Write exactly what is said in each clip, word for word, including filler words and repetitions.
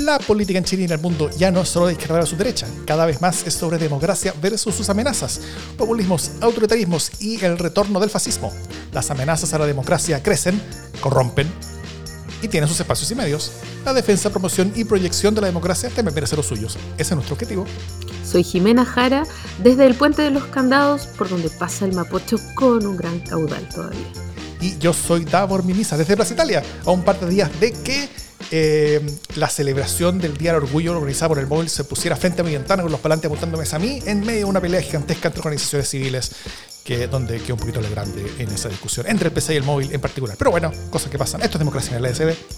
La política en Chile y en el mundo ya no es solo de izquierda versus derecha, cada vez más es sobre democracia versus sus amenazas, populismos, autoritarismos y el retorno del fascismo. Las amenazas a la democracia crecen, corrompen y tienen sus espacios y medios. La defensa, promoción y proyección de la democracia también merece los suyos. Ese es nuestro objetivo. Soy Jimena Jara, desde el Puente de los Candados, por donde pasa el Mapocho con un gran caudal todavía. Y yo soy Davor Mimisa, desde Plaza Italia, a un par de días de que eh, la celebración del Día del Orgullo organizada por el móvil se pusiera frente a mi ventana con los palantes apuntándome a mí en medio de una pelea gigantesca entre organizaciones civiles, que, donde quedó un poquito lo grande en esa discusión, entre el P C y el móvil en particular. Pero bueno, cosas que pasan. Esto es democracia en el L S D.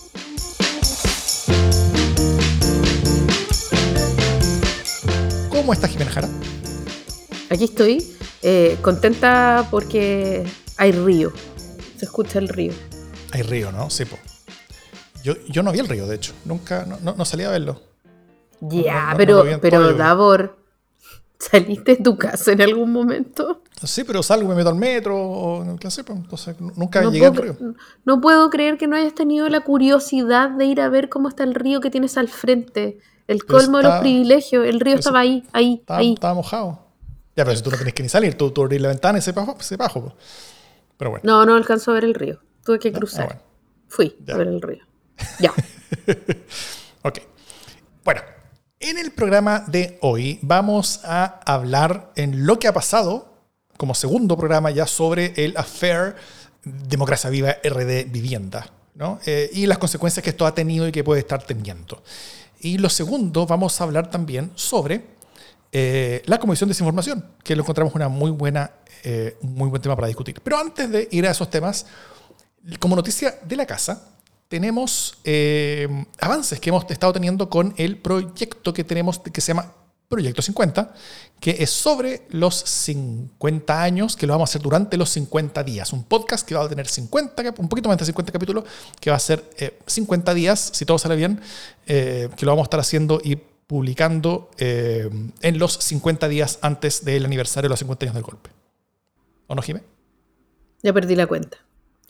¿Cómo estás, Jimena Jara? Aquí estoy, eh, contenta porque hay río. Se escucha el río. Hay río, ¿no? Sí, po. Yo, yo no vi el río, de hecho. Nunca, no, no, no salí a verlo. Ya, no, no, pero, no pero Davor, ¿saliste de tu casa en algún momento? Sí, pero salgo, me meto al metro, o no sé, pues, entonces nunca no llegué al puedo, río. No puedo creer que no hayas tenido la curiosidad de ir a ver cómo está el río que tienes al frente. El Pero colmo está, de los privilegios. El río estaba ahí, ahí, estaba, ahí. Estaba mojado. Ya, pero si tú no tenés que ni salir, tú, tú abrís la ventana y se bajo, se bajo. Pues. Pero bueno. No, no alcanzó a ver el río. Tuve que ¿No? cruzar. Ah, bueno. Fui Ya. a ver el río. Ya. Ok. Bueno, en el programa de hoy vamos a hablar en lo que ha pasado, como segundo programa ya, sobre el affair Democracia Viva R D Vivienda, ¿no? Eh, y las consecuencias que esto ha tenido y que puede estar teniendo. Y lo segundo, vamos a hablar también sobre eh, la Comisión de Desinformación, que lo encontramos una muy buena, eh, un muy buen tema para discutir. Pero antes de ir a esos temas, como noticia de la casa, tenemos eh, avances que hemos estado teniendo con el proyecto que tenemos, que se llama Proyecto cincuenta, que es sobre los cincuenta años, que lo vamos a hacer durante los cincuenta días. Un podcast que va a tener cincuenta, un poquito más de cincuenta capítulos, que va a ser eh, cincuenta días, si todo sale bien, eh, que lo vamos a estar haciendo y publicando eh, en los cincuenta días antes del aniversario de los cincuenta años del golpe. ¿O no, Jimé? Ya perdí la cuenta.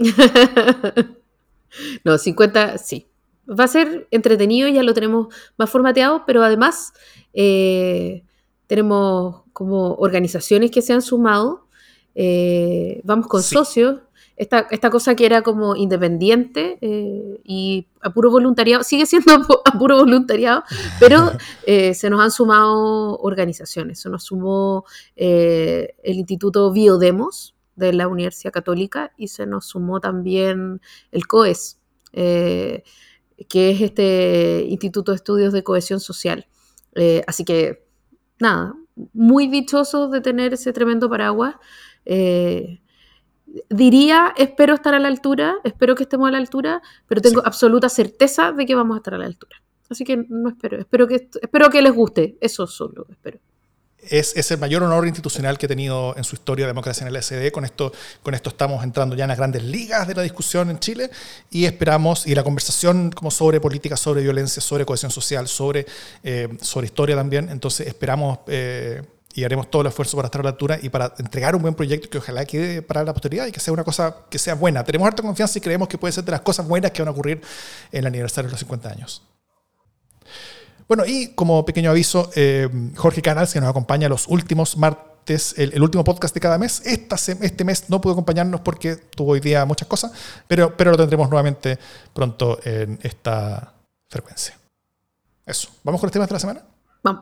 No, cincuenta, sí. Va a ser entretenido, ya lo tenemos más formateado, pero además eh, tenemos como organizaciones que se han sumado. Eh, vamos con Sí. socios. Esta, esta cosa que era como independiente eh, y a puro voluntariado, sigue siendo a puro voluntariado, pero eh, se nos han sumado organizaciones. Se nos sumó eh, el Instituto Biodemos de la Universidad Católica y se nos sumó también el COES, eh, que es este Instituto de Estudios de Cohesión Social. Eh, así que, nada, muy dichosos de tener ese tremendo paraguas. Eh, diría, espero estar a la altura, espero que estemos a la altura, pero tengo Sí. absoluta certeza de que vamos a estar a la altura. Así que no espero, espero que, espero que les guste, eso solo espero. Es, es el mayor honor institucional que ha tenido en su historia Democracia en el L S D. Con esto, con esto estamos entrando ya en las grandes ligas de la discusión en Chile y esperamos, y la conversación como sobre política, sobre violencia, sobre cohesión social, sobre, eh, sobre historia también. Entonces esperamos eh, y haremos todo el esfuerzo para estar a la altura y para entregar un buen proyecto que ojalá quede para la posteridad y que sea una cosa que sea buena. Tenemos harta confianza y creemos que puede ser de las cosas buenas que van a ocurrir en el aniversario de los cincuenta años. Bueno, y como pequeño aviso, eh, Jorge Canals, que nos acompaña los últimos martes, el, el último podcast de cada mes, esta, este mes no pudo acompañarnos porque tuvo hoy día muchas cosas, pero, pero lo tendremos nuevamente pronto en esta frecuencia. Eso. ¿Vamos con los temas de la semana? Vamos.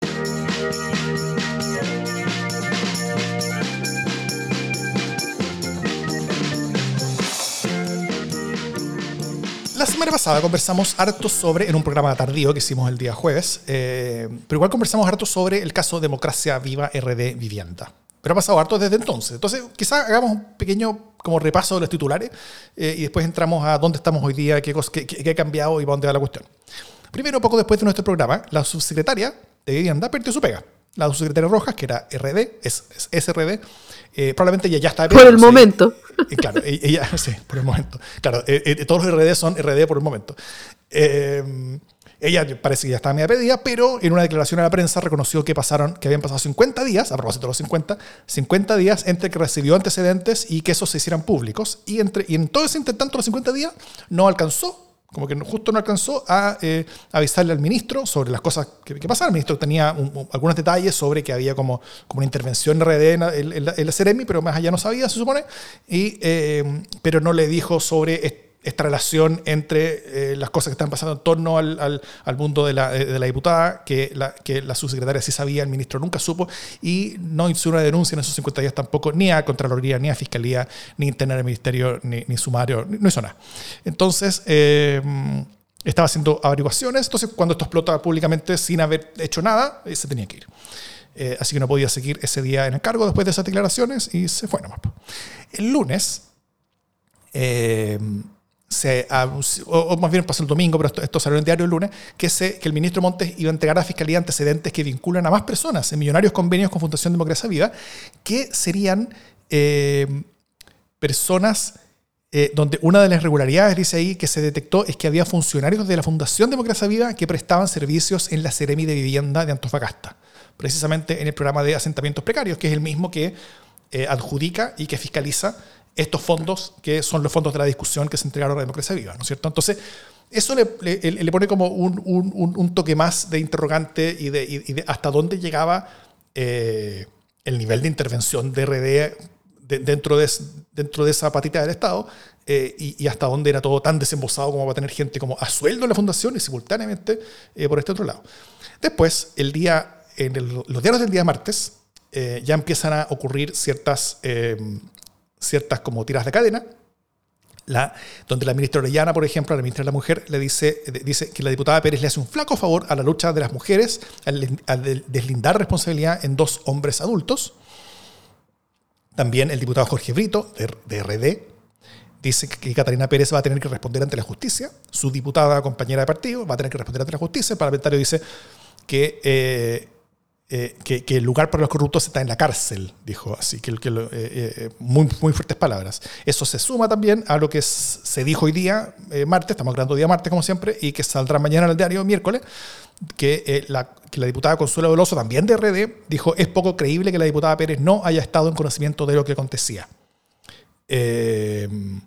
La semana pasada conversamos harto sobre, en un programa tardío que hicimos el día jueves, eh, pero igual conversamos harto sobre el caso Democracia Viva R D Vivienda. Pero ha pasado harto desde entonces. Entonces, quizás hagamos un pequeño como repaso de los titulares eh, y después entramos a dónde estamos hoy día, qué, qué, qué ha cambiado y para dónde va la cuestión. Primero, poco después de nuestro programa, la subsecretaria de Vivienda perdió su pega. La subsecretaria Rojas, que era R D, es, es S R D, eh, probablemente ella ya está... Por el momento. Y, claro, ella, sí, por el momento. Claro, eh, eh, todos los R D son R D por el momento. Eh, ella parece que ya estaba media pedida, pero en una declaración a la prensa reconoció que pasaron, que habían pasado cincuenta días, a propósito de los cincuenta, cincuenta días entre que recibió antecedentes y que esos se hicieran públicos. Y, entre, y en todo ese intertanto, los cincuenta días, no alcanzó Como que justo no alcanzó a eh, avisarle al ministro sobre las cosas que, que pasaban. El ministro tenía un, un, algunos detalles sobre que había como, como una intervención R D en, en, en, la, en la Seremi, pero más allá no sabía, se supone, y, eh, pero no le dijo sobre est- esta relación entre eh, las cosas que están pasando en torno al, al, al mundo de la, de la diputada, que la, que la subsecretaria sí sabía, el ministro nunca supo, y no hizo una denuncia en esos cincuenta días tampoco, ni a Contraloría, ni a Fiscalía, ni interna del Ministerio, ni, ni sumario, no hizo nada. Entonces, eh, estaba haciendo averiguaciones, entonces cuando esto explota públicamente sin haber hecho nada, eh, se tenía que ir. Eh, así que no podía seguir ese día en el cargo después de esas declaraciones y se fue nomás. El lunes... Eh, Se, o, o más bien pasó el domingo, pero esto, esto salió en el diario el lunes, que, se, que el ministro Montes iba a entregar a la Fiscalía antecedentes que vinculan a más personas en millonarios convenios con Fundación Democracia Viva, que serían eh, personas eh, donde una de las irregularidades, dice ahí, que se detectó es que había funcionarios de la Fundación Democracia Viva que prestaban servicios en la Seremi de Vivienda de Antofagasta, precisamente en el programa de asentamientos precarios, que es el mismo que eh, adjudica y que fiscaliza estos fondos, que son los fondos de la discusión que se entregaron a la Democracia Viva, ¿no es cierto? Entonces, eso le, le, le pone como un, un, un toque más de interrogante y de, y de hasta dónde llegaba eh, el nivel de intervención de R D de, dentro, de, dentro de esa patita del Estado eh, y, y hasta dónde era todo tan desembosado como para tener gente como a sueldo en la fundación y simultáneamente eh, por este otro lado. Después, el día, en el, los diarios del día martes, eh, ya empiezan a ocurrir ciertas... Eh, ciertas como tiras de cadena, la, donde la ministra Orellana, por ejemplo, la ministra de la Mujer, le dice, dice que la diputada Pérez le hace un flaco favor a la lucha de las mujeres al, al deslindar responsabilidad en dos hombres adultos. También el diputado Jorge Brito, de, de R D, dice que Catalina Pérez va a tener que responder ante la justicia. Su diputada, compañera de partido, va a tener que responder ante la justicia. El parlamentario dice que... Eh, Eh, que, que el lugar para los corruptos está en la cárcel, dijo así, que, que eh, eh, muy, muy fuertes palabras. Eso se suma también a lo que es, se dijo hoy día, eh, martes, estamos grabando día martes como siempre, y que saldrá mañana en el diario miércoles, que, eh, la, que la diputada Consuelo Veloso, también de R D, dijo, es poco creíble que la diputada Pérez no haya estado en conocimiento de lo que acontecía. Eh...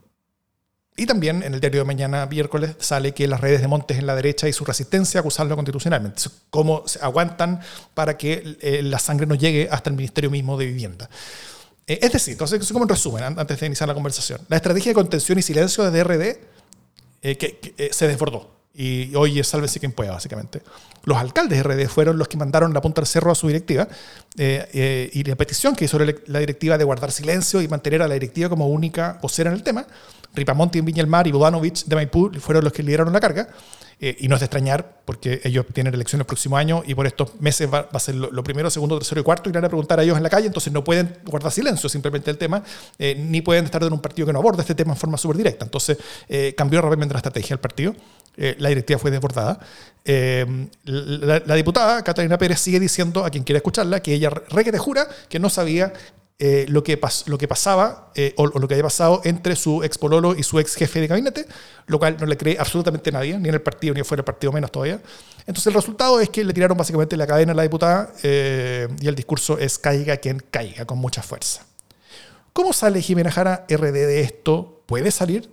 Y también en el diario de mañana, miércoles, sale que las redes de Montes en la derecha y su resistencia a acusarlo constitucionalmente. Cómo se aguantan para que eh, la sangre no llegue hasta el Ministerio mismo de Vivienda. Eh, es decir, entonces, como en resumen, antes de iniciar la conversación, la estrategia de contención y silencio desde R D eh, que, que eh, se desbordó. Y hoy es sálvese quien pueda, básicamente. Los alcaldes de R D fueron los que mandaron la punta al cerro a su directiva eh, eh, y la petición que hizo la directiva de guardar silencio y mantener a la directiva como única vocera en el tema. Ripamonti en Viña del Mar y Bodanovich de Maipú fueron los que lideraron la carga. Eh, y no es de extrañar, porque ellos tienen elecciones el próximo año y por estos meses va, va a ser lo, lo primero, segundo, tercero y cuarto, y irán a preguntar a ellos en la calle, entonces no pueden guardar silencio simplemente el tema, eh, ni pueden estar en un partido que no aborda este tema en forma súper directa. Entonces eh, cambió rápidamente la estrategia del partido, eh, la directiva fue desbordada. Eh, la, la diputada Catalina Pérez sigue diciendo, a quien quiera escucharla, que ella re que te jura que no sabía Eh, lo, que pas, lo que pasaba eh, o, o lo que había pasado entre su ex pololo y su ex jefe de gabinete, lo cual no le cree absolutamente nadie, ni en el partido, ni fuera del partido, menos todavía. Entonces el resultado es que le tiraron básicamente la cadena a la diputada eh, y el discurso es caiga quien caiga, con mucha fuerza. ¿Cómo sale Jimena Jara R D de esto? ¿Puede salir?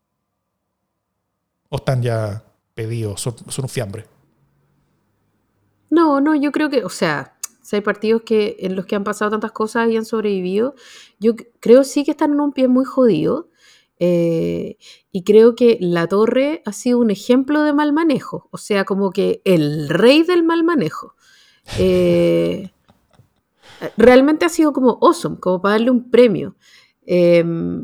¿O están ya pedidos? ¿Son, son un fiambre? No, no, yo creo que, o sea... Si hay partidos que, en los que han pasado tantas cosas y han sobrevivido, yo creo sí que están en un pie muy jodido. Eh, y creo que Latorre ha sido un ejemplo de mal manejo. O sea, como que el rey del mal manejo. Eh, realmente ha sido como awesome, como para darle un premio. Eh,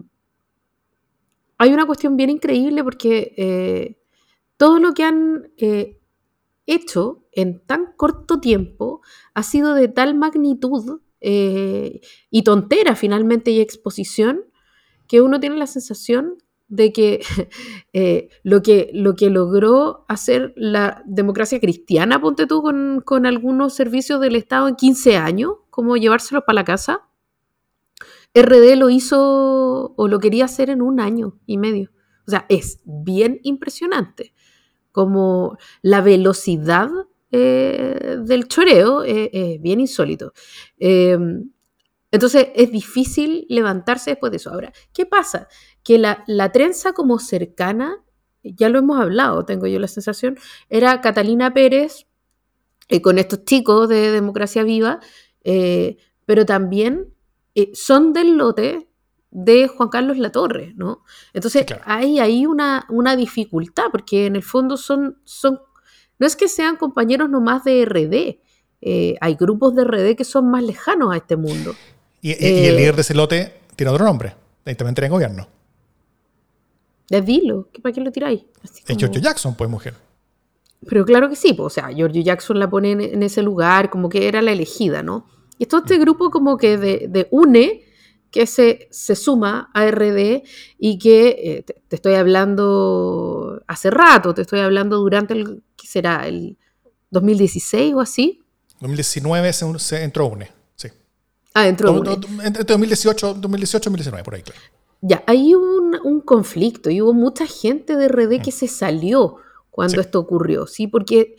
hay una cuestión bien increíble porque eh, todo lo que han... Eh, hecho en tan corto tiempo ha sido de tal magnitud eh, y tontera finalmente y exposición que uno tiene la sensación de que, eh, lo que lo que logró hacer la democracia cristiana, ponte tú, con, con algunos servicios del Estado en quince años, como llevárselos para la casa, R D lo hizo o lo quería hacer en un año y medio. O sea, es bien impresionante. Como la velocidad eh, del choreo es eh, eh, bien insólito. Eh, entonces es difícil levantarse después de eso. Ahora, ¿qué pasa? Que la, la trenza como cercana ya lo hemos hablado, tengo yo la sensación, era Catalina Pérez eh, con estos chicos de Democracia Viva, eh, pero también eh, son del lote de Juan Carlos Latorre, ¿no? Entonces Sí, claro. hay ahí una, una dificultad, porque en el fondo son, son, no es que sean compañeros nomás de R D, eh, hay grupos de R D que son más lejanos a este mundo. Y, y, Eh, y el líder de ese lote tiene otro nombre. Ahí también tiene gobierno. Ya dilo, ¿para qué lo tiráis? Así Es como... Giorgio Jackson, pues, mujer. Pero claro que sí, pues, o sea, Giorgio Jackson la pone en, en ese lugar, como que era la elegida, ¿no? Y todo este grupo como que de, de UNE, que se, se suma a R D y que eh, te, te estoy hablando hace rato, te estoy hablando durante el, ¿qué será? El dos mil dieciséis o así. dos mil diecinueve se, se entró UNE, sí. Ah, entró Do, UNE. do, entre dos mil dieciocho, dos mil dieciocho y dos mil diecinueve, por ahí, claro. Ya, hay un, un conflicto y hubo mucha gente de R D que se salió cuando Sí. esto ocurrió, ¿sí? Porque,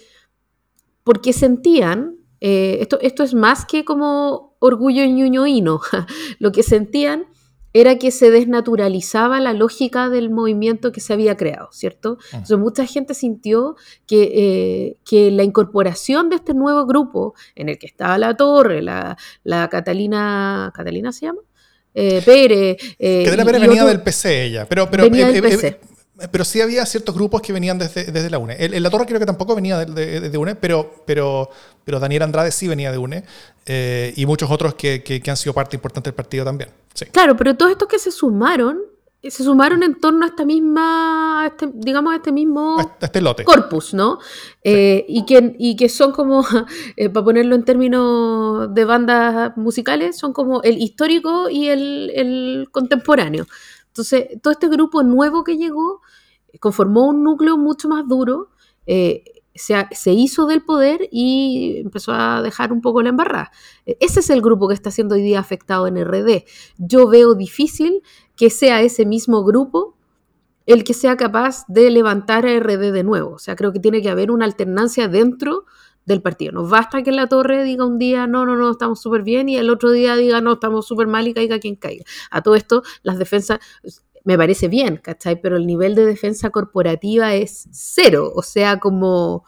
porque sentían, eh, esto, esto es más que como orgullo ñuñoíno, lo que sentían era que se desnaturalizaba la lógica del movimiento que se había creado, ¿cierto? Entonces mucha gente sintió que, eh, que la incorporación de este nuevo grupo, en el que estaba La Torre, la, la Catalina, ¿Catalina se llama? Eh, Pérez. Eh, Catalina y, Pérez y venía otro, del P C ella, pero, pero, venía eh, del eh, P C. eh, pero sí había ciertos grupos que venían desde, desde la UNE. El, el La Torre creo que tampoco venía de, de, de UNE, pero, pero, pero Daniel Andrade sí venía de UNE, eh, y muchos otros que, que, que han sido parte importante del partido también. Sí. Claro, pero todos estos que se sumaron, se sumaron en torno a esta misma, a este, digamos, a este mismo A este lote. corpus, ¿no? Eh, sí. y, que, y que son como, eh, para ponerlo en términos de bandas musicales, son como el histórico y el, el contemporáneo. Entonces, todo este grupo nuevo que llegó conformó un núcleo mucho más duro, eh, se, se hizo del poder y empezó a dejar un poco la embarrada. Ese es el grupo que está siendo hoy día afectado en R D. Yo veo difícil que sea ese mismo grupo el que sea capaz de levantar a R D de nuevo. O sea, creo que tiene que haber una alternancia dentro del partido. No basta que La Torre diga un día, no, no, no, estamos súper bien, y el otro día diga, no, estamos súper mal, y caiga quien caiga. A todo esto, las defensas... me parece bien, ¿cachai? Pero el nivel de defensa corporativa es cero. O sea, como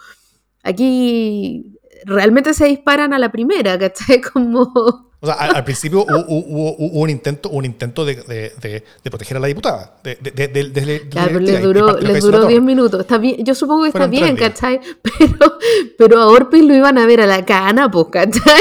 aquí realmente se disparan a la primera, ¿cachai? Como... O sea, al, al principio hubo, hubo, hubo un intento, un intento de, de, de, de proteger a la diputada. De, de, de, de, de, claro, pero de, les duró, les duró diez minutos. Está bien, yo supongo que Fueron está bien, días. ¿cachai? Pero, pero a Orpiz lo iban a ver a la cana, pues, ¿cachai?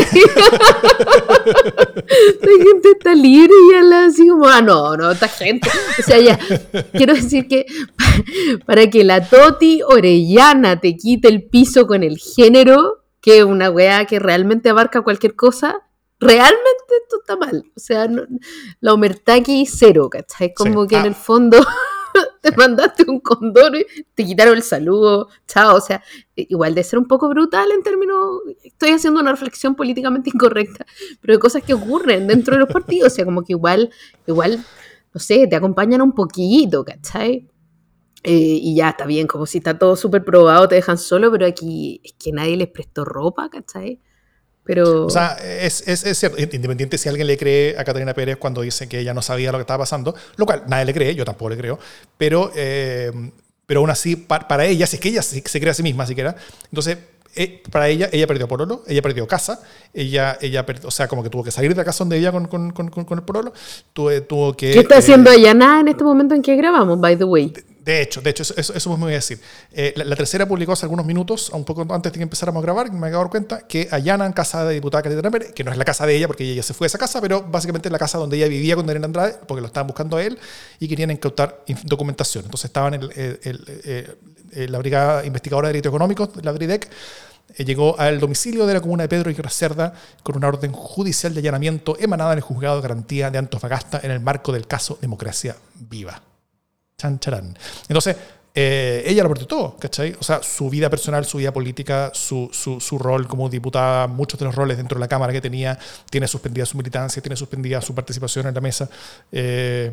La gente está libre y ya la así como, ah, no, no, esta gente. O sea, ya, quiero decir que para que la Toti Orellana te quite el piso con el género, que es una weá que realmente abarca cualquier cosa, realmente esto está mal. O sea, no, la omertaki cero, ¿cachai? Como Sí. que Ah. en el fondo te mandaste un condón y te quitaron el saludo, chao. O sea, igual de ser un poco brutal en términos, estoy haciendo una reflexión políticamente incorrecta, pero de cosas que ocurren dentro de los partidos. O sea, como que igual, igual, no sé, te acompañan un poquito, ¿cachai? Eh, y ya está bien, como si está todo súper probado, te dejan solo, pero aquí es que nadie les prestó ropa, ¿cachai? Pero... O sea, es, es, es cierto, independiente si alguien le cree a Catalina Pérez cuando dice que ella no sabía lo que estaba pasando, lo cual nadie le cree, yo tampoco le creo, pero, eh, pero aún así, para, para ella, si es que ella se, se cree a sí misma siquiera, entonces, eh, para ella, ella perdió pololo, ella perdió casa, ella, ella perdió, o sea, como que tuvo que salir de la casa donde vivía con, con, con, con el pololo, tuvo, tuvo que... ¿Qué está eh, haciendo Ayanna en este momento en que grabamos, by the way? De hecho, de hecho, eso, eso, eso me voy a decir. Eh, la, la tercera publicó hace algunos minutos, un poco antes de que empezáramos a grabar, me acabo de dar cuenta que allanan casa de diputada Catalina Pérez, que no es la casa de ella, porque ella se fue de esa casa, pero básicamente es la casa donde ella vivía con Daniel Andrade, porque lo estaban buscando a él y querían incautar documentación. Entonces estaban en el, el, el, el, el, la Brigada Investigadora de Delitos Económicos, la BRIDEC, eh, llegó al domicilio de la comuna de Pedro y Cerda con una orden judicial de allanamiento emanada en el Juzgado de Garantía de Antofagasta en el marco del caso Democracia Viva. Chan, charán. Entonces, eh, ella lo perdió todo, ¿cachai? O sea, su vida personal, su vida política, su, su, su rol como diputada, muchos de los roles dentro de la Cámara que tenía, tiene suspendida su militancia, tiene suspendida su participación en la mesa. Eh,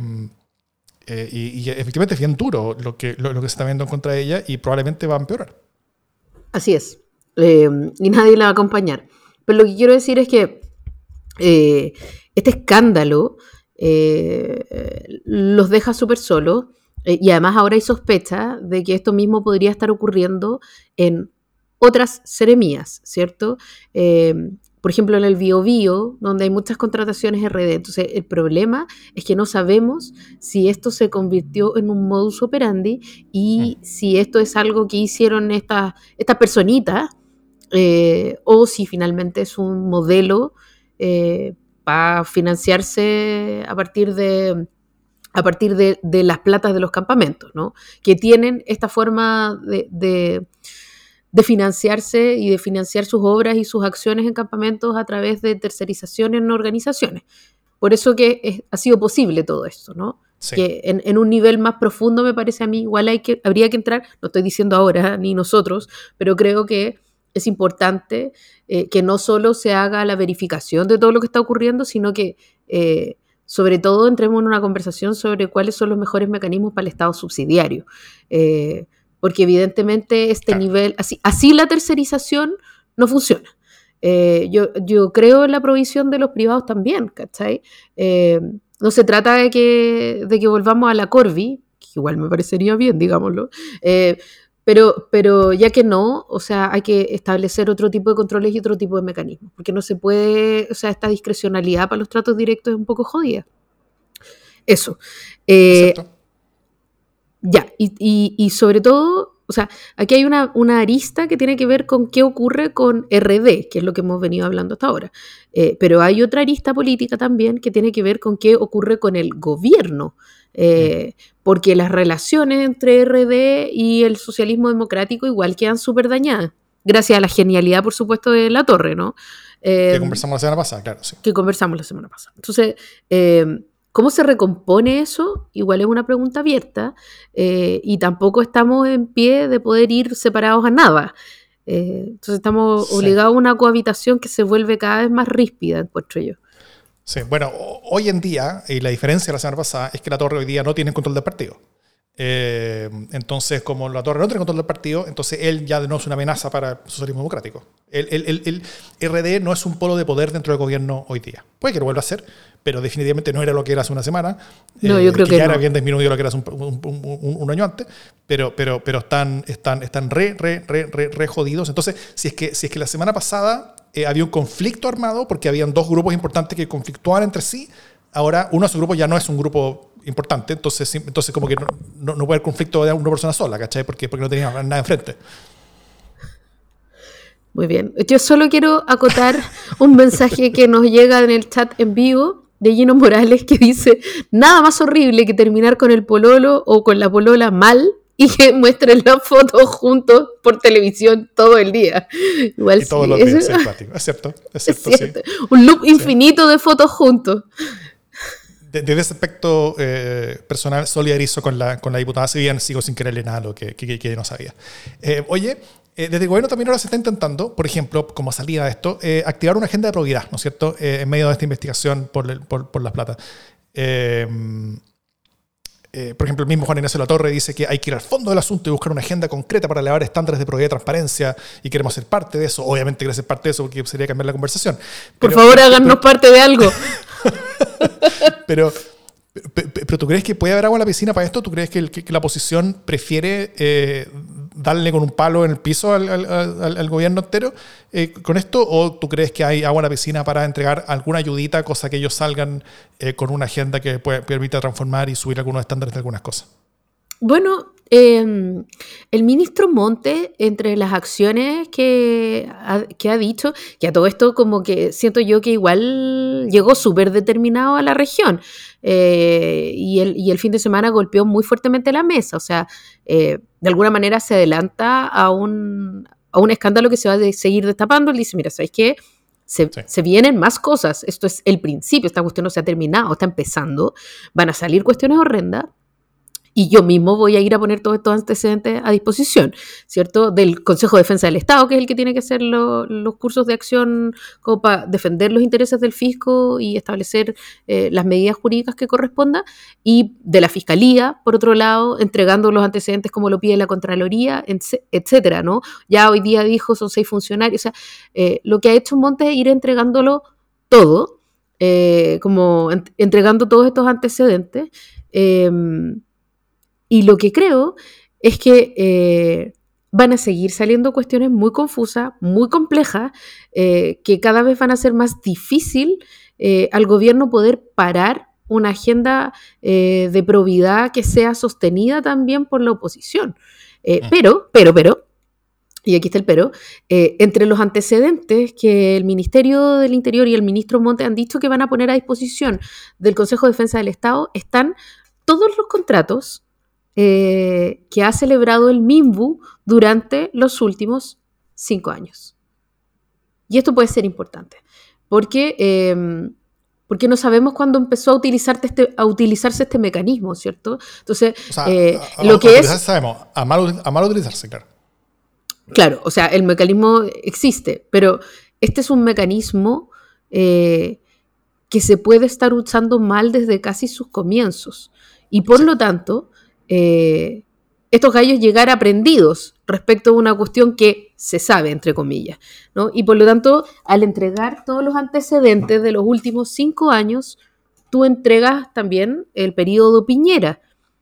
eh, y, y efectivamente es bien duro lo que, lo, lo que se está viendo en contra de ella y probablemente va a empeorar. Así es. Eh, y nadie la va a acompañar. Pero lo que quiero decir es que eh, este escándalo eh, los deja súper solos. Eh, y además ahora hay sospecha de que esto mismo podría estar ocurriendo en otras seremías, ¿cierto? Eh, por ejemplo, en el Biobío, donde hay muchas contrataciones R D. Entonces, el problema es que no sabemos si esto se convirtió en un modus operandi y Mm. si esto es algo que hicieron estas esta personitas eh, o si finalmente es un modelo eh, para financiarse a partir de a partir de, de las platas de los campamentos, ¿no? Que tienen esta forma de, de, de financiarse y de financiar sus obras y sus acciones en campamentos a través de tercerización en organizaciones. Por eso que es, ha sido posible todo esto, ¿no? Sí. Que en, en, un nivel más profundo me parece a mí, igual hay que, habría que entrar, no estoy diciendo ahora, ni nosotros, pero creo que es importante eh, que no solo se haga la verificación de todo lo que está ocurriendo, sino que eh, sobre todo entremos en una conversación sobre cuáles son los mejores mecanismos para el Estado subsidiario. Eh, porque evidentemente este Claro. nivel, así, así la tercerización no funciona. Eh, yo, yo creo en la provisión de los privados también, ¿cachai? Eh, no se trata de que, de que volvamos a la Corvi, que igual me parecería bien, digámoslo, eh, pero, pero ya que no, o sea, hay que establecer otro tipo de controles y otro tipo de mecanismos, porque no se puede, o sea, esta discrecionalidad para los tratos directos es un poco jodida. Eso. Eh, ya, y, y, y sobre todo, o sea, aquí hay una, una arista que tiene que ver con qué ocurre con R D, que es lo que hemos venido hablando hasta ahora. Eh, pero hay otra arista política también que tiene que ver con qué ocurre con el gobierno. Eh, mm. Porque las relaciones entre R D y el socialismo democrático igual quedan súper dañadas. Gracias a la genialidad, por supuesto, de Latorre, ¿no? Eh, que conversamos la semana pasada, claro, sí. Que conversamos la semana pasada. Entonces, eh, ¿cómo se recompone eso? Igual es una pregunta abierta eh, y tampoco estamos en pie de poder ir separados a nada. Eh, entonces estamos sí. obligados a una cohabitación que se vuelve cada vez más ríspida, encuentro yo. Sí, bueno, hoy en día, y la diferencia de la semana pasada es que Latorre hoy día no tiene control del partido. Eh, entonces, como Latorre no tiene control del partido, entonces él ya no es una amenaza para el socialismo democrático. El, el, el, el R D no es un polo de poder dentro del gobierno hoy día. Puede que lo vuelva a ser, pero definitivamente no era lo que era hace una semana. No, eh, yo creo que, que ya no. era bien disminuido lo que era un, un, un, un, un año antes, pero, pero, pero están, están, están re, re, re, re, re jodidos. Entonces, si es que, si es que la semana pasada eh, había un conflicto armado porque habían dos grupos importantes que conflictuaban entre sí, ahora uno de esos grupos ya no es un grupo importante, entonces, entonces como que no, no, no puede haber conflicto de una persona sola, ¿cachai? Porque, porque no tenía nada enfrente. Muy bien. Yo solo quiero acotar un mensaje que nos llega en el chat en vivo de Gino Morales que dice: nada más horrible que terminar con el pololo o con la polola mal y que muestren las fotos juntos por televisión todo el día. Igual y todos sí, los días, es, simpático. Es cierto, es cierto, es cierto. Sí. Un loop infinito sí. de fotos juntos. Desde ese aspecto eh, personal solidarizo con la, con la diputada, si bien sigo sin quererle nada a lo que, que, que no sabía. Eh, oye, eh, desde el gobierno también ahora se está intentando, por ejemplo, como salida de esto, eh, activar una agenda de probidad, ¿no es cierto?, eh, en medio de esta investigación por, el, por, por las platas. Eh, eh, por ejemplo, el mismo Juan Ignacio Latorre dice que hay que ir al fondo del asunto y buscar una agenda concreta para elevar estándares de probidad y transparencia, y queremos ser parte de eso. Obviamente queremos ser parte de eso porque sería cambiar la conversación. Por pero, favor, pero, háganos pero, parte de algo. pero, pero, pero ¿tú crees que puede haber agua en la piscina para esto? ¿Tú crees que, el, que, que la oposición prefiere eh, darle con un palo en el piso al, al, al, al gobierno entero eh, con esto? ¿O tú crees que hay agua en la piscina para entregar alguna ayudita, cosa que ellos salgan eh, con una agenda que puede, permita transformar y subir algunos estándares de algunas cosas? Bueno, eh, el ministro Monte, entre las acciones que ha, que ha dicho, que a todo esto como que siento yo que igual llegó súper determinado a la región eh, y, el, y el fin de semana golpeó muy fuertemente la mesa, o sea, eh, de alguna manera se adelanta a un, a un escándalo que se va a seguir destapando. Él dice, mira, ¿sabes qué? Se, sí. se vienen más cosas, esto es el principio, esta cuestión no se ha terminado, está empezando, van a salir cuestiones horrendas. Y yo mismo voy a ir a poner todos estos antecedentes a disposición, ¿cierto? Del Consejo de Defensa del Estado, que es el que tiene que hacer lo, los cursos de acción como para defender los intereses del fisco y establecer eh, las medidas jurídicas que correspondan, y de la Fiscalía, por otro lado, entregando los antecedentes como lo pide la Contraloría, etcétera, ¿no? Ya hoy día dijo, son seis funcionarios, o sea, eh, lo que ha hecho Montes es ir entregándolo todo, eh, como ent- entregando todos estos antecedentes, eh, y lo que creo es que eh, van a seguir saliendo cuestiones muy confusas, muy complejas, eh, que cada vez van a ser más difícil eh, al gobierno poder parar una agenda eh, de probidad que sea sostenida también por la oposición. Eh, mm. Pero, pero, pero, y aquí está el pero, eh, entre los antecedentes que el Ministerio del Interior y el ministro Montes han dicho que van a poner a disposición del Consejo de Defensa del Estado, están todos los contratos eh, que ha celebrado el MIMBU durante los últimos cinco años. Y esto puede ser importante, porque, eh, porque no sabemos cuándo empezó a, utilizar este, a utilizarse este mecanismo, ¿cierto? Entonces, o sea, eh, a, a, lo a que es... sabemos, a mal, a mal utilizarse, claro. Claro, o sea, el mecanismo existe, pero este es un mecanismo eh, que se puede estar usando mal desde casi sus comienzos. Y por sí. lo tanto, eh, estos gallos llegar aprendidos respecto a una cuestión que se sabe, entre comillas, ¿no? Y por lo tanto, al entregar todos los antecedentes de los últimos cinco años, tú entregas también el periodo Piñera.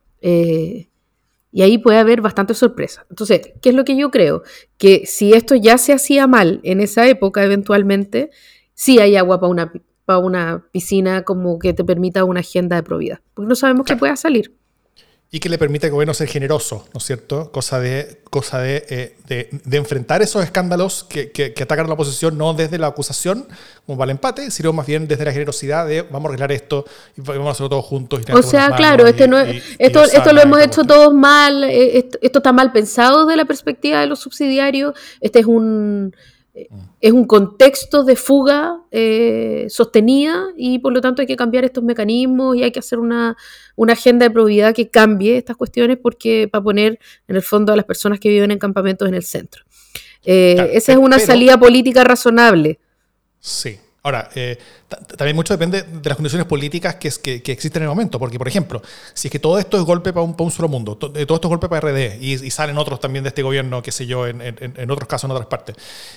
Eh, Y ahí puede haber bastante sorpresa. Entonces, ¿qué es lo que yo creo? Que si esto ya se hacía mal en esa época, eventualmente, sí hay agua para una, para una piscina como que te permita una agenda de probidad. Porque no sabemos claro. qué pueda salir. Y que le permite al gobierno ser generoso, ¿no es cierto? Cosa de, cosa de, eh, de, de enfrentar esos escándalos que, que, que atacan a la oposición, no desde la acusación, como para el empate, sino más bien desde la generosidad de vamos a arreglar esto y vamos a hacerlo todos juntos. Y o sea, claro, este y, no es, y, esto, y esto lo hemos hecho todos mal, esto, esto está mal pensado desde la perspectiva de los subsidiarios, este es un... Es un contexto de fuga eh, sostenida y por lo tanto hay que cambiar estos mecanismos y hay que hacer una, una agenda de probidad que cambie estas cuestiones porque para poner en el fondo a las personas que viven en campamentos en el centro. Eh, claro, esa es una pero, salida política razonable. Sí. Ahora, eh, t- también mucho depende de las condiciones políticas que, es, que, que existen en el momento, porque, por ejemplo, si es que todo esto es golpe para un, para un solo mundo, to- todo esto es golpe para R D y, y salen otros también de este gobierno, qué sé yo, en, en, en otros casos, en otras partes.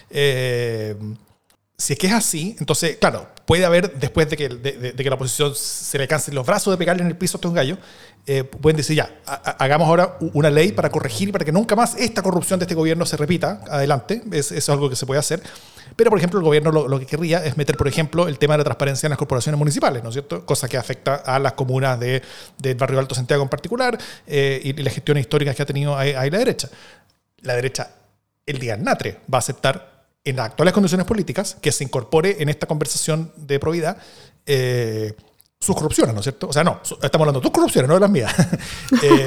Eh, si es que es así, entonces, claro, puede haber, después de que, de, de, de que la oposición se le cansen los brazos de pegarle en el piso a estos gallos, eh, pueden decir ya, a, a, hagamos ahora una ley para corregir y para que nunca más esta corrupción de este gobierno se repita adelante. Es, eso es algo que se puede hacer. Pero, por ejemplo, el gobierno lo, lo que querría es meter, por ejemplo, el tema de la transparencia en las corporaciones municipales, ¿no es cierto? Cosa que afecta a las comunas de, del barrio Alto Santiago en particular eh, y, y las gestiones históricas que ha tenido ahí, ahí la derecha. La derecha, el día Natre, va a aceptar en las actuales condiciones políticas que se incorpore en esta conversación de probidad eh, sus corrupciones, ¿no es cierto? O sea, no, estamos hablando de tus corrupciones, no de las mías. eh,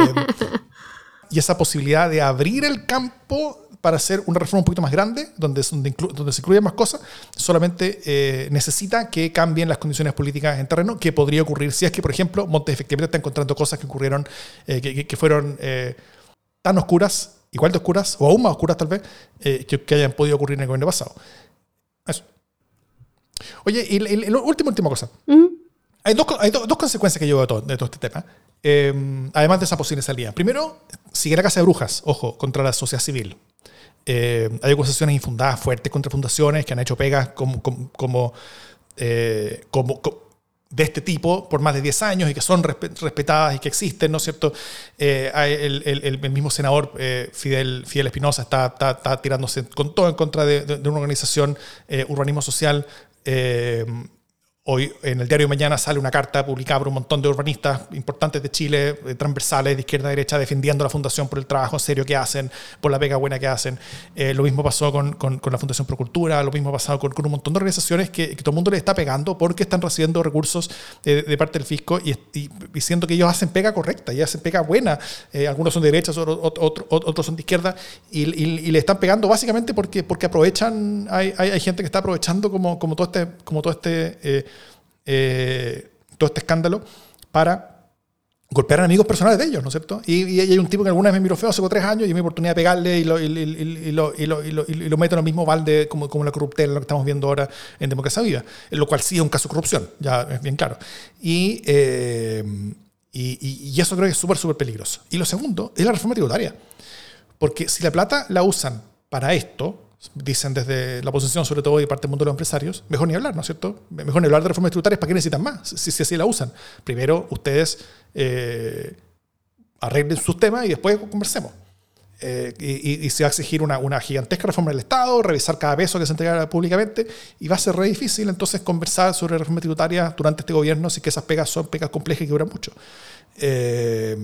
y esa posibilidad de abrir el campo para hacer una reforma un poquito más grande, donde, donde, inclu, donde se incluyen más cosas, solamente eh, necesita que cambien las condiciones políticas en terreno, que podría ocurrir si es que, por ejemplo, Montes efectivamente está encontrando cosas que ocurrieron, eh, que, que fueron eh, tan oscuras, igual de oscuras, o aún más oscuras tal vez, eh, que, que hayan podido ocurrir en el gobierno pasado. Eso. Oye, y la última, última cosa. Uh-huh. Hay, dos, hay do, dos consecuencias que llevo de todo, de todo este tema, eh, además de esa posible salida. Primero, sigue la casa de brujas, ojo, contra la sociedad civil. Eh, hay acusaciones infundadas fuertes contra fundaciones que han hecho pegas como, como, como, eh, como, como de este tipo por más de diez años y que son resp- respetadas y que existen, ¿no es cierto? Eh, hay el, el, el mismo senador eh, Fidel, Fidel Espinosa está, está, está tirándose con todo en contra de, de, de una organización, eh, Urbanismo Social. Eh, Hoy en el diario de mañana sale una carta publicada por un montón de urbanistas importantes de Chile, eh, transversales, de izquierda a derecha, defendiendo a la fundación por el trabajo serio que hacen, por la pega buena que hacen. Eh, lo mismo pasó con, con, con la Fundación Procultura, lo mismo ha pasado con, con un montón de organizaciones que, que todo el mundo les está pegando porque están recibiendo recursos eh, de parte del fisco y, y, y siendo que ellos hacen pega correcta y hacen pega buena. Eh, algunos son de derecha, otros, otros, otros son de izquierda y, y, y le están pegando básicamente porque, porque aprovechan, hay, hay, hay gente que está aprovechando como, como todo este... Como todo este eh, Eh, todo este escándalo para golpear a amigos personales de ellos, ¿no es cierto? Y, y hay un tipo que alguna vez me miró feo hace tres años y me oportunidad de pegarle y lo, y, y, y, y lo, y lo, y lo, y lo meto en el mismo balde como, como la corruptela, lo que estamos viendo ahora en Democracia Viva, lo cual sí es un caso de corrupción, ya es bien claro. Y, eh, y, y eso creo que es súper, súper peligroso. Y lo segundo es la reforma tributaria, porque si la plata la usan para esto, dicen desde la oposición, sobre todo, y parte del mundo de los empresarios, mejor ni hablar, ¿no es cierto? Mejor ni hablar de reformas tributarias, ¿para qué necesitan más? Si, si así la usan. Primero, ustedes eh, arreglen sus temas y después conversemos. Eh, y, y se va a exigir una, una gigantesca reforma del Estado, revisar cada peso que se entrega públicamente, y va a ser re difícil entonces conversar sobre reforma tributaria durante este gobierno, si que esas pegas son pegas complejas y que duran mucho. Eh,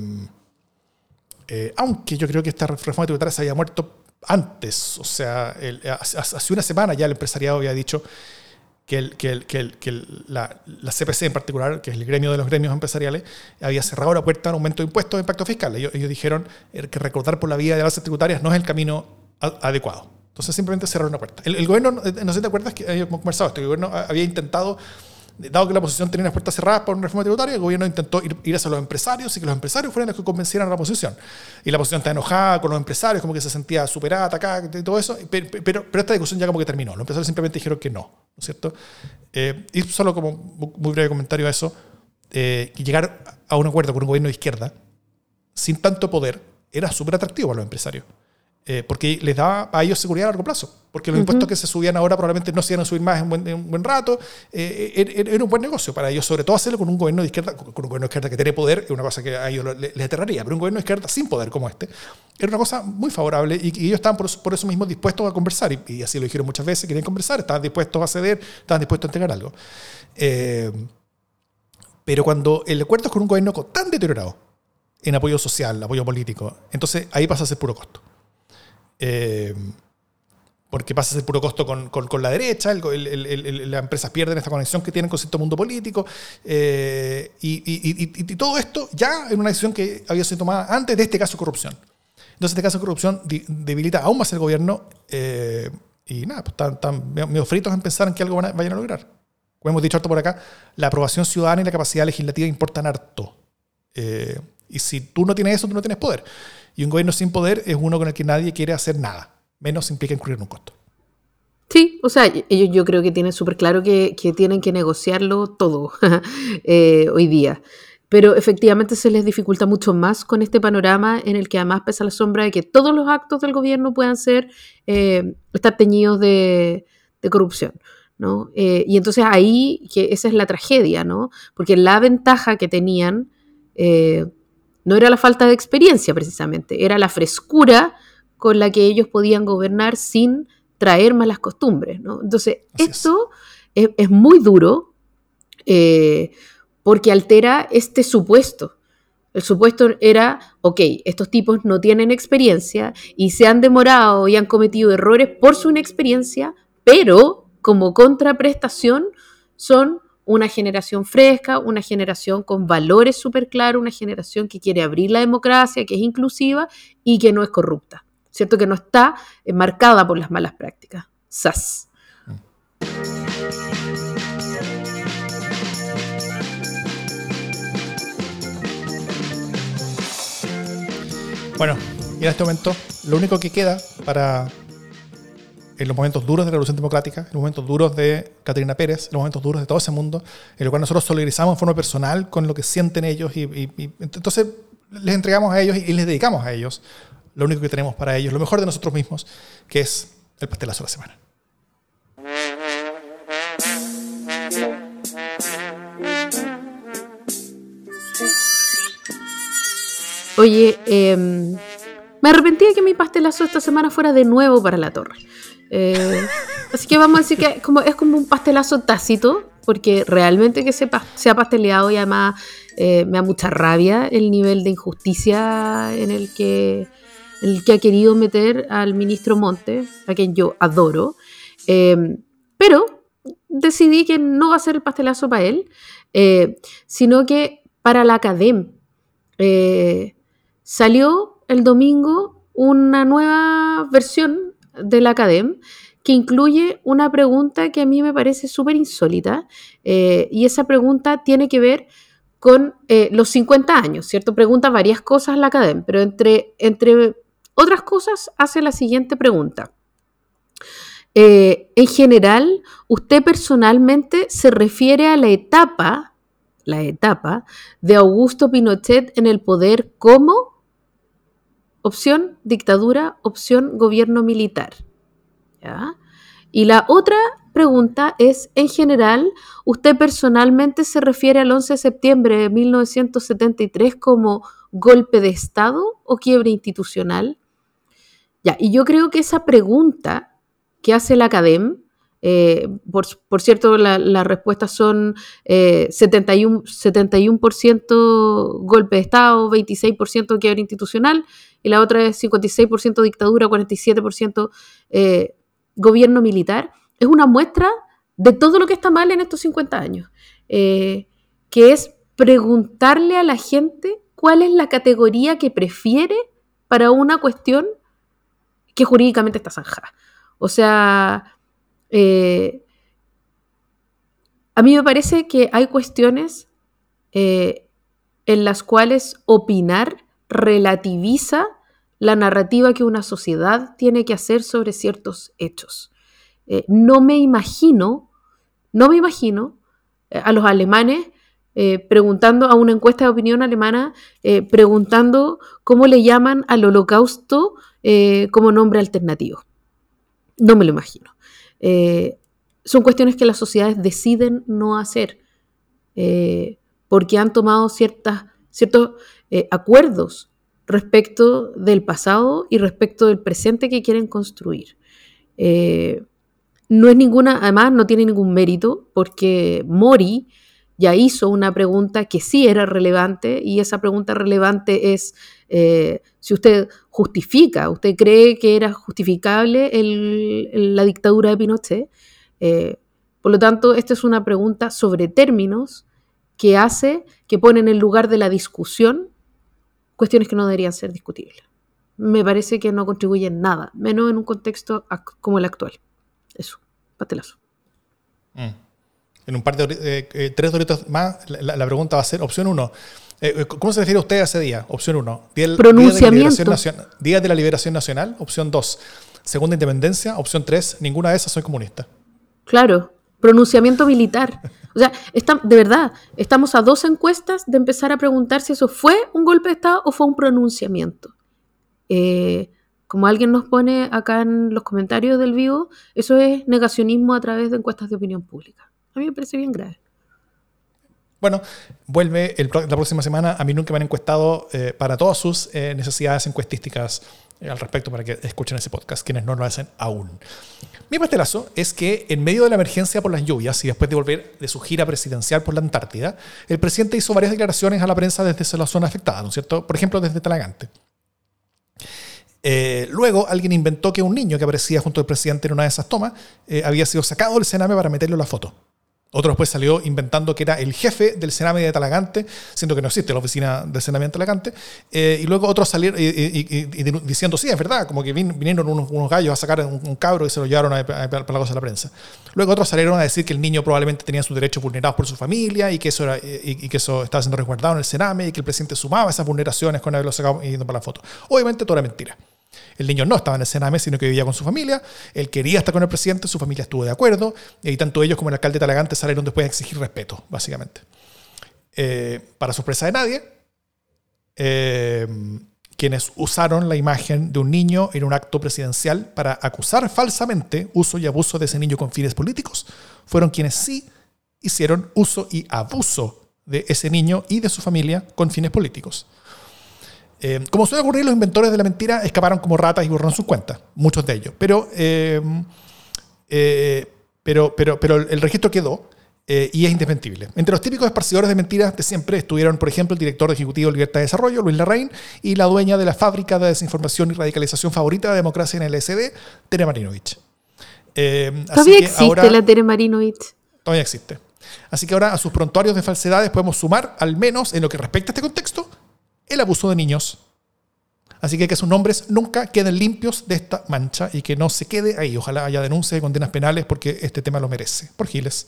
eh, aunque yo creo que esta reforma tributaria se había muerto antes, o sea, el, hace, hace una semana ya el empresariado había dicho que, el, que, el, que, el, que el, la, la C P C en particular, que es el gremio de los gremios empresariales, había cerrado la puerta al aumento de impuestos de impacto fiscal. Ellos, ellos dijeron que recordar por la vía de bases tributarias no es el camino a, adecuado. Entonces simplemente cerraron la puerta. El, el gobierno, no sé si te acuerdas que hemos conversado esto, el gobierno había intentado, dado que la oposición tenía las puertas cerradas por una reforma tributaria, el gobierno intentó ir, ir hacia los empresarios y que los empresarios fueran los que convencieran a la oposición. Y la oposición está enojada con los empresarios, como que se sentía superada, atacada y todo eso, pero, pero, pero esta discusión ya como que terminó. Los empresarios simplemente dijeron que no, ¿no es cierto? Eh, y solo como muy breve comentario a eso, eh, que llegar a un acuerdo con un gobierno de izquierda sin tanto poder era súper atractivo para los empresarios. Eh, porque les daba a ellos seguridad a largo plazo, porque los uh-huh. impuestos que se subían ahora probablemente no se iban a subir más en, buen, en un buen rato. Eh, era, era un buen negocio para ellos, sobre todo hacerlo con un gobierno de izquierda, con un gobierno de izquierda que tiene poder, es una cosa que a ellos les, les aterraría, pero un gobierno de izquierda sin poder como este era una cosa muy favorable, y, y ellos estaban por, por eso mismo dispuestos a conversar, y, y así lo dijeron muchas veces, querían conversar, estaban dispuestos a ceder, estaban dispuestos a entregar algo. Eh, pero cuando el acuerdo es con un gobierno tan deteriorado en apoyo social, apoyo político, entonces ahí pasa a ser puro costo. Eh, porque pasa a ser puro costo con, con, con la derecha, el, el, el, el, las empresas pierden esta conexión que tienen con cierto mundo político, eh, y, y, y, y todo esto ya en una decisión que había sido tomada antes de este caso de corrupción. Entonces este caso de corrupción di, debilita aún más el gobierno, eh, y nada, pues están, están medio fritos en pensar en que algo van a, vayan a lograr. Como hemos dicho harto por acá, la aprobación ciudadana y la capacidad legislativa importan harto. Eh, y si tú no tienes eso, tú no tienes poder. Y un gobierno sin poder es uno con el que nadie quiere hacer nada, menos implica incurrir en un costo. Sí, o sea, ellos yo creo que tienen súper claro que, que tienen que negociarlo todo eh, hoy día. Pero efectivamente se les dificulta mucho más con este panorama en el que además pesa la sombra de que todos los actos del gobierno puedan ser, eh, estar teñidos de, de corrupción, ¿no? Eh, y entonces ahí, que esa es la tragedia, ¿no? Porque la ventaja que tenían eh, no era la falta de experiencia precisamente, era la frescura con la que ellos podían gobernar sin traer malas costumbres, ¿no? Entonces, Así esto es. Es, es muy duro eh, porque altera este supuesto. El supuesto era, ok, estos tipos no tienen experiencia y se han demorado y han cometido errores por su inexperiencia, pero como contraprestación son una generación fresca, una generación con valores súper claros, una generación que quiere abrir la democracia, que es inclusiva y que no es corrupta, ¿cierto? Que no está marcada por las malas prácticas. ¡Sas! Bueno, y en este momento lo único que queda para, en los momentos duros de la Revolución Democrática, en los momentos duros de Caterina Pérez, en los momentos duros de todo ese mundo, en el cual nosotros solidarizamos en forma personal con lo que sienten ellos, y, y, y entonces les entregamos a ellos y les dedicamos a ellos lo único que tenemos para ellos, lo mejor de nosotros mismos, que es el pastelazo de la semana. Oye, eh, me arrepentí de que mi pastelazo esta semana fuera de nuevo para la torre. Eh, así que vamos a decir que como, es como un pastelazo tácito, porque realmente que se, se ha pasteleado, y además eh, me da mucha rabia el nivel de injusticia en el que, en el que ha querido meter al ministro Montes, a quien yo adoro. Eh, pero decidí que no va a ser el pastelazo para él, eh, sino que para la academia. Eh, salió el domingo una nueva versión de la academia que incluye una pregunta que a mí me parece súper insólita, eh, y esa pregunta tiene que ver con eh, los cincuenta años, ¿cierto? Pregunta varias cosas la academia, pero entre, entre otras cosas hace la siguiente pregunta. Eh, en general, ¿usted personalmente se refiere a la etapa la etapa de Augusto Pinochet en el poder como opción dictadura, opción gobierno militar? ¿Ya? Y la otra pregunta es, en general, ¿usted personalmente se refiere al once de septiembre de mil novecientos setenta y tres como golpe de Estado o quiebre institucional? Ya, y yo creo que esa pregunta que hace la Academ, eh, por, por cierto, las la respuestas son eh, setenta y uno por ciento golpe de Estado, veintiséis por ciento quiebre institucional, y la otra es cincuenta y seis por ciento dictadura, cuarenta y siete por ciento eh, gobierno militar. Es una muestra de todo lo que está mal en estos cincuenta años, eh, que es preguntarle a la gente cuál es la categoría que prefiere para una cuestión que jurídicamente está zanjada. O sea, eh, a mí me parece que hay cuestiones eh, en las cuales opinar relativiza la narrativa que una sociedad tiene que hacer sobre ciertos hechos. Eh, no me imagino, no me imagino eh, a los alemanes eh, preguntando, a una encuesta de opinión alemana, eh, preguntando cómo le llaman al holocausto eh, como nombre alternativo. No me lo imagino. Eh, son cuestiones que las sociedades deciden no hacer eh, porque han tomado ciertas, ciertos eh, acuerdos respecto del pasado y respecto del presente que quieren construir. Eh, no es ninguna, además no tiene ningún mérito porque Mori ya hizo una pregunta que sí era relevante y esa pregunta relevante es eh, si usted justifica, usted cree que era justificable el, el, la dictadura de Pinochet. Eh, por lo tanto, esta es una pregunta sobre términos que hace, que pone en el lugar de la discusión cuestiones que no deberían ser discutibles. Me parece que no contribuyen nada, menos en un contexto como el actual. Eso, pastelazo. Mm. En un par de eh, eh, tres doritos más, la, la pregunta va a ser opción uno. Eh, ¿Cómo se refiere usted a ese día? Opción uno. Día, Pronunciamiento. Día de, la día de la Liberación Nacional. Opción dos. Segunda Independencia. Opción tres. Ninguna de esas, soy comunista. Claro. Pronunciamiento militar. O sea, está, de verdad, estamos a dos encuestas de empezar a preguntar si eso fue un golpe de Estado o fue un pronunciamiento. Eh, como alguien nos pone acá en los comentarios del vivo, eso es negacionismo a través de encuestas de opinión pública. A mí me parece bien grave. Bueno, vuelve el, la próxima semana. A mí nunca me han encuestado eh, para todas sus eh, necesidades encuestísticas eh, al respecto para que escuchen ese podcast, quienes no lo hacen aún. Mi pastelazo es que en medio de la emergencia por las lluvias y después de volver de su gira presidencial por la Antártida, el presidente hizo varias declaraciones a la prensa desde la zona afectada, ¿no es cierto? Por ejemplo, desde Talagante. Eh, luego alguien inventó que un niño que aparecía junto al presidente en una de esas tomas eh, había sido sacado del Sename para meterlo en la foto. Otro después salió inventando que era el jefe del Sename de Talagante, siendo que no existe la oficina del Sename en Talagante. Eh, y luego otros salieron y, y, y, y diciendo, sí, es verdad, como que vin, vinieron unos, unos gallos a sacar un, un cabro y se lo llevaron a, a, a, para la cosa de la prensa. Luego otros salieron a decir que el niño probablemente tenía sus derechos vulnerados por su familia y que eso, era, y, y que eso estaba siendo resguardado en el Sename y que el presidente sumaba esas vulneraciones con haberlo sacado y yendo para la foto. Obviamente todo era mentira. El niño no estaba en el Sename, sino que vivía con su familia. Él quería estar con el presidente, su familia estuvo de acuerdo, y tanto ellos como el alcalde de Talagante salieron después a exigir respeto, básicamente. Eh, para sorpresa de nadie, eh, quienes usaron la imagen de un niño en un acto presidencial para acusar falsamente uso y abuso de ese niño con fines políticos, fueron quienes sí hicieron uso y abuso de ese niño y de su familia con fines políticos. Eh, como suele ocurrir, los inventores de la mentira escaparon como ratas y borraron sus cuentas, muchos de ellos. Pero, eh, eh, pero, pero, pero el registro quedó eh, y es indesmentible. Entre los típicos esparcidores de mentiras de siempre estuvieron, por ejemplo, el director de Ejecutivo de Libertad de Desarrollo, Luis Larraín, y la dueña de la fábrica de desinformación y radicalización favorita de Democracia en el S D, Tere Marinovich. Eh, ¿Todavía existe ahora, la Tere Marinovich? Todavía existe. Así que ahora a sus prontuarios de falsedades podemos sumar, al menos en lo que respecta a este contexto, el abuso de niños. Así que que sus nombres nunca queden limpios de esta mancha y que no se quede ahí. Ojalá haya denuncias y condenas penales porque este tema lo merece. Por giles.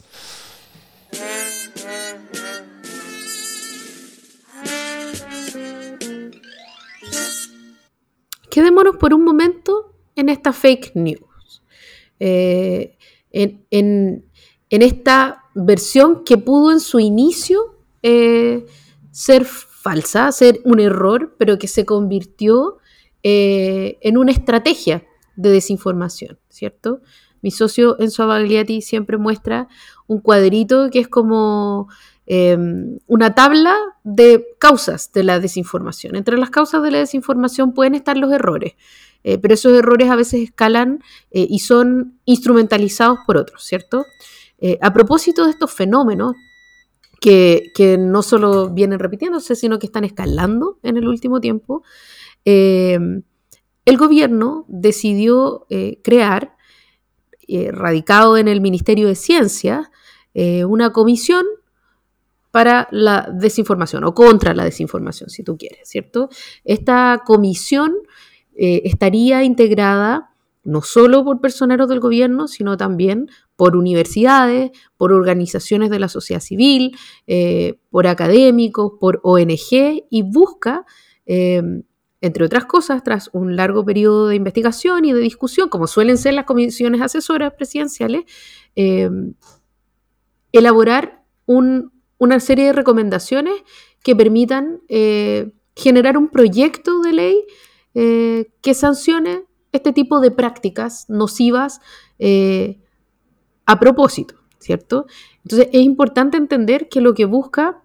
Quedémonos por un momento en esta fake news. Eh, en, en, en esta versión que pudo en su inicio eh, ser falsa, ser un error, pero que se convirtió eh, en una estrategia de desinformación, ¿cierto? Mi socio Enzo Abagliati siempre muestra un cuadrito que es como eh, una tabla de causas de la desinformación. Entre las causas de la desinformación pueden estar los errores, eh, pero esos errores a veces escalan eh, y son instrumentalizados por otros, ¿cierto? Eh, a propósito de estos fenómenos, que, que no solo vienen repitiéndose, sino que están escalando en el último tiempo, eh, el gobierno decidió eh, crear, eh, radicado en el Ministerio de Ciencia, eh, una comisión para la desinformación o contra la desinformación, si tú quieres, ¿cierto? Esta comisión eh, estaría integrada no solo por personeros del gobierno, sino también por universidades, por organizaciones de la sociedad civil, eh, por académicos, por O N G, y busca, eh, entre otras cosas, tras un largo periodo de investigación y de discusión, como suelen ser las comisiones asesoras presidenciales, eh, elaborar un, una serie de recomendaciones que permitan eh, generar un proyecto de ley eh, que sancione este tipo de prácticas nocivas eh, a propósito, ¿cierto? Entonces es importante entender que lo que busca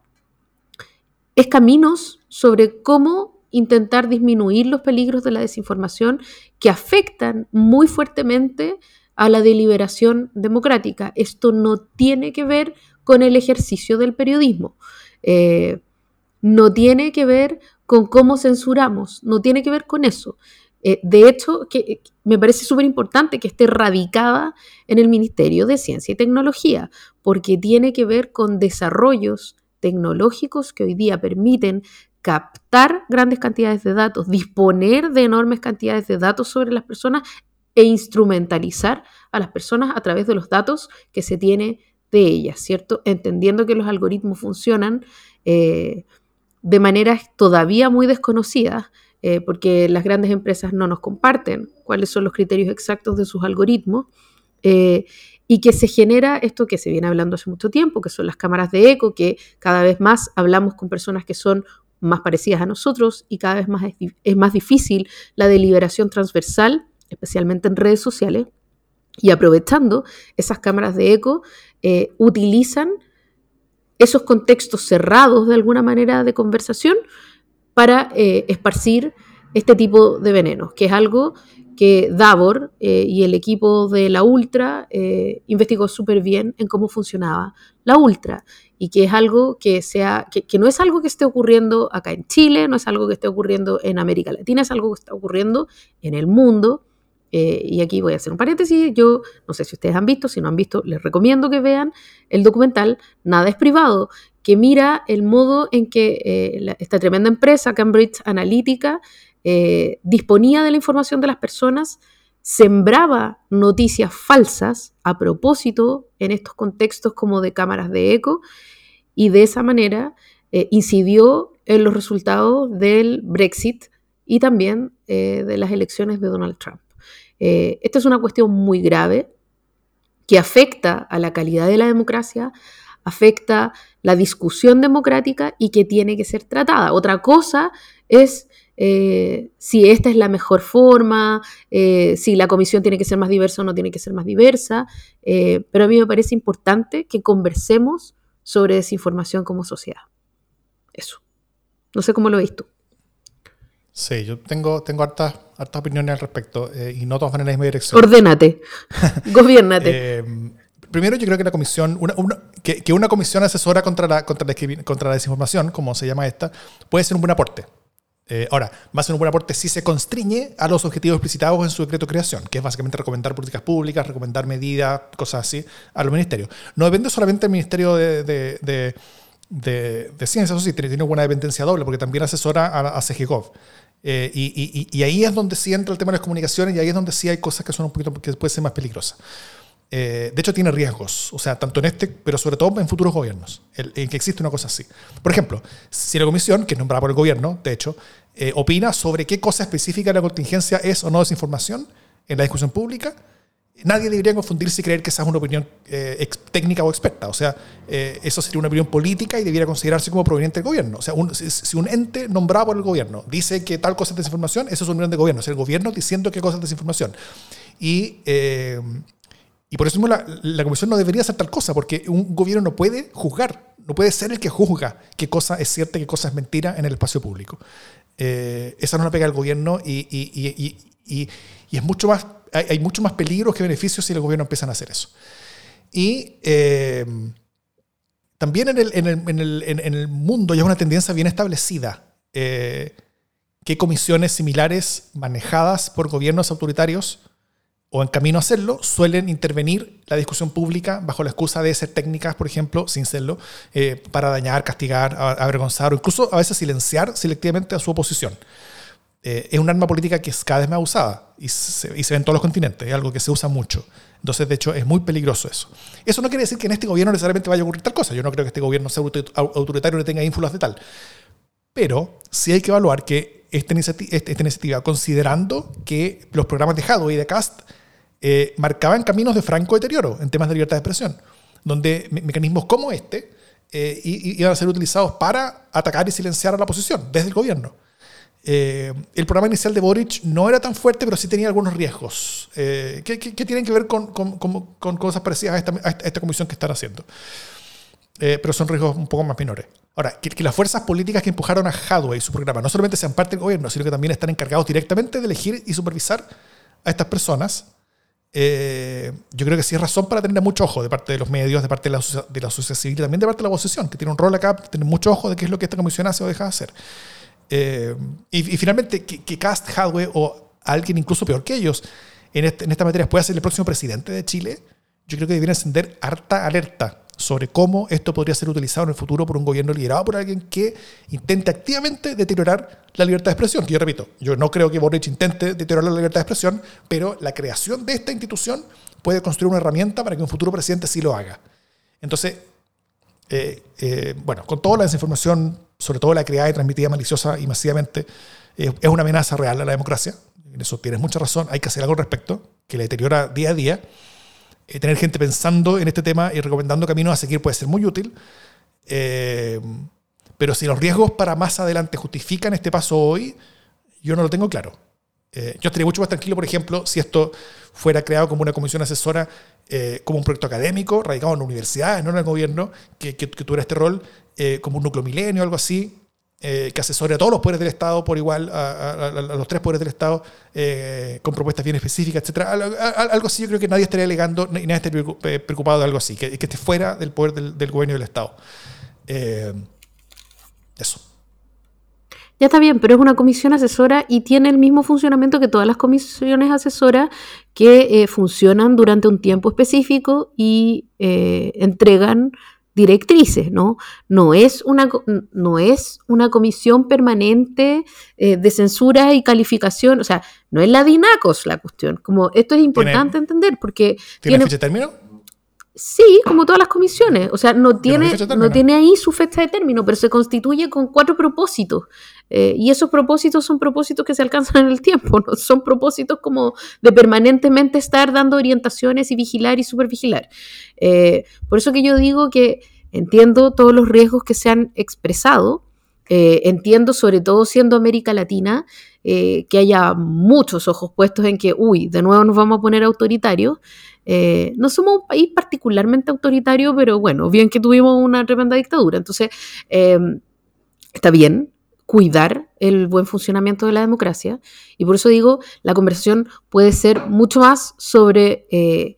es caminos sobre cómo intentar disminuir los peligros de la desinformación que afectan muy fuertemente a la deliberación democrática. Esto no tiene que ver con el ejercicio del periodismo, eh, no tiene que ver con cómo censuramos, no tiene que ver con eso. Eh, de hecho, que, me parece súper importante que esté radicada en el Ministerio de Ciencia y Tecnología, porque tiene que ver con desarrollos tecnológicos que hoy día permiten captar grandes cantidades de datos, disponer de enormes cantidades de datos sobre las personas e instrumentalizar a las personas a través de los datos que se tiene de ellas, ¿cierto? Entendiendo que los algoritmos funcionan eh, de maneras todavía muy desconocidas, Eh, porque las grandes empresas no nos comparten cuáles son los criterios exactos de sus algoritmos, eh, y que se genera esto que se viene hablando hace mucho tiempo, que son las cámaras de eco, que cada vez más hablamos con personas que son más parecidas a nosotros y cada vez más es, es más difícil la deliberación transversal, especialmente en redes sociales, y aprovechando esas cámaras de eco, eh, utilizan esos contextos cerrados de alguna manera de conversación para eh, esparcir este tipo de venenos, que es algo que Davor eh, y el equipo de la Ultra eh, investigó súper bien en cómo funcionaba la Ultra, y que es algo que, sea, que, que no es algo que esté ocurriendo acá en Chile, no es algo que esté ocurriendo en América Latina, es algo que está ocurriendo en el mundo. Eh, y aquí voy a hacer un paréntesis. Yo no sé si ustedes han visto, si no han visto, les recomiendo que vean el documental Nada es privado, que mira el modo en que eh, la, esta tremenda empresa, Cambridge Analytica, eh, disponía de la información de las personas, sembraba noticias falsas a propósito en estos contextos como de cámaras de eco, y de esa manera eh, incidió en los resultados del Brexit y también eh, de las elecciones de Donald Trump. Eh, esta es una cuestión muy grave que afecta a la calidad de la democracia, afecta la discusión democrática y que tiene que ser tratada. Otra cosa es eh, si esta es la mejor forma, eh, si la comisión tiene que ser más diversa o no tiene que ser más diversa, eh, pero a mí me parece importante que conversemos sobre desinformación como sociedad. Eso. No sé cómo lo ves tú. Sí, yo tengo, tengo hartas, hartas opiniones al respecto eh, y no todas van en la misma dirección. Ordénate, gobiérnate. eh, primero, yo creo que la comisión, una, una, que, que una comisión asesora contra la, contra, la, contra la desinformación, como se llama esta, puede ser un buen aporte. Eh, ahora, va a ser un buen aporte si se constriñe a los objetivos explicitados en su decreto de creación, que es básicamente recomendar políticas públicas, recomendar medidas, cosas así, a los ministerios. No depende solamente del Ministerio de, de, de, de, de Ciencia, eso sí, tiene, tiene una dependencia doble, porque también asesora a, a C G Gov. Eh, y, y, y ahí es donde sí entra el tema de las comunicaciones, y ahí es donde sí hay cosas que son un poquito, que pueden ser más peligrosas. Eh, de hecho, tiene riesgos, o sea, tanto en este, pero sobre todo en futuros gobiernos, el, en que existe una cosa así. Por ejemplo, si la comisión, que es nombrada por el gobierno, de hecho, eh, opina sobre qué cosa específica de la contingencia es o no desinformación en la discusión pública, nadie debería confundirse y creer que esa es una opinión eh, ex, técnica o experta. O sea, eh, eso sería una opinión política y debiera considerarse como proveniente del gobierno. O sea, un, si, si un ente nombrado por el gobierno dice que tal cosa es desinformación, eso es una opinión del gobierno. O sea, el gobierno diciendo qué cosa es desinformación. Y... Eh, Y por eso mismo la, la comisión no debería hacer tal cosa, porque un gobierno no puede juzgar no puede ser el que juzga qué cosa es cierta y qué cosa es mentira en el espacio público. Eh, esa no es la pega del gobierno y, y, y, y, y, y es mucho más, hay, hay mucho más peligros que beneficios si el gobierno empiezan a hacer eso. Y eh, también en el, en, el, en, el, en el mundo ya es una tendencia bien establecida eh, que comisiones similares manejadas por gobiernos autoritarios o en camino a hacerlo, suelen intervenir la discusión pública bajo la excusa de ser técnicas, por ejemplo, sin serlo, eh, para dañar, castigar, avergonzar o incluso a veces silenciar selectivamente a su oposición. Eh, es un arma política que es cada vez más usada y se, y se ve en todos los continentes, es algo que se usa mucho. Entonces, de hecho, es muy peligroso eso. Eso no quiere decir que en este gobierno necesariamente vaya a ocurrir tal cosa. Yo no creo que este gobierno sea autoritario ni tenga ínfulas de tal. Pero sí hay que evaluar que esta iniciativa, esta iniciativa considerando que los programas de Hadwe y de Kast Eh, marcaban caminos de franco deterioro en temas de libertad de expresión, donde me mecanismos como este eh, iban a ser utilizados para atacar y silenciar a la oposición desde el gobierno. Eh, el programa inicial de Boric no era tan fuerte, pero sí tenía algunos riesgos eh, que, que, que tienen que ver con, con, con, con cosas parecidas a esta, a esta comisión que están haciendo. Eh, pero son riesgos un poco más menores. Ahora, que, que las fuerzas políticas que empujaron a Hadwe y su programa no solamente sean parte del gobierno, sino que también están encargados directamente de elegir y supervisar a estas personas. Eh, yo creo que sí es razón para tener mucho ojo de parte de los medios, de parte de la, de la sociedad civil y también de parte de la oposición, que tiene un rol acá, tener mucho ojo de qué es lo que esta comisión hace o deja de hacer. Eh, y, y finalmente, que, que Kast, Hadwe o alguien incluso peor que ellos en, este, en esta materia pueda ser el próximo presidente de Chile, yo creo que debería encender harta alerta sobre cómo esto podría ser utilizado en el futuro por un gobierno liderado por alguien que intente activamente deteriorar la libertad de expresión. Que yo repito, yo no creo que Boric intente deteriorar la libertad de expresión, pero la creación de esta institución puede construir una herramienta para que un futuro presidente sí lo haga. Entonces, eh, eh, bueno, con toda la desinformación, sobre todo la creada y transmitida maliciosa y masivamente, eh, es una amenaza real a la democracia. En eso tienes mucha razón, hay que hacer algo al respecto, que la deteriora día a día. Eh, tener gente pensando en este tema y recomendando caminos a seguir puede ser muy útil, eh, pero si los riesgos para más adelante justifican este paso hoy, yo no lo tengo claro. Eh, yo estaría mucho más tranquilo, por ejemplo, si esto fuera creado como una comisión asesora, eh, como un proyecto académico, radicado en universidades, no en el gobierno, que, que, que tuviera este rol, eh, como un núcleo milenio o algo así, Eh, que asesore a todos los poderes del Estado por igual, a, a, a los tres poderes del Estado, eh, con propuestas bien específicas, etcétera. Algo, algo así yo creo que nadie estaría alegando y nadie estaría preocupado de algo así, que, que esté fuera del poder del, del gobierno y del Estado. Eh, eso. Ya está bien, pero es una comisión asesora y tiene el mismo funcionamiento que todas las comisiones asesoras que eh, funcionan durante un tiempo específico y eh, entregan directrices, ¿no? No es una, no es una comisión permanente eh, de censura y calificación, o sea, no es la DINACOS la cuestión. Como esto es importante ¿Tiene, entender porque... ¿Tiene, ¿tiene fecha de término? Sí, como todas las comisiones. O sea, no tiene, no tiene ahí su fecha de término, pero se constituye con cuatro propósitos. Eh, y esos propósitos son propósitos que se alcanzan en el tiempo, ¿no? Son propósitos como de permanentemente estar dando orientaciones y vigilar y supervigilar. Eh, por eso que yo digo que entiendo todos los riesgos que se han expresado. Eh, entiendo, sobre todo siendo América Latina, eh, que haya muchos ojos puestos en que, uy, de nuevo nos vamos a poner autoritarios. Eh, no somos un país particularmente autoritario, pero bueno, bien que tuvimos una tremenda dictadura. Entonces, eh, está bien cuidar el buen funcionamiento de la democracia y por eso digo, la conversación puede ser mucho más sobre... Eh,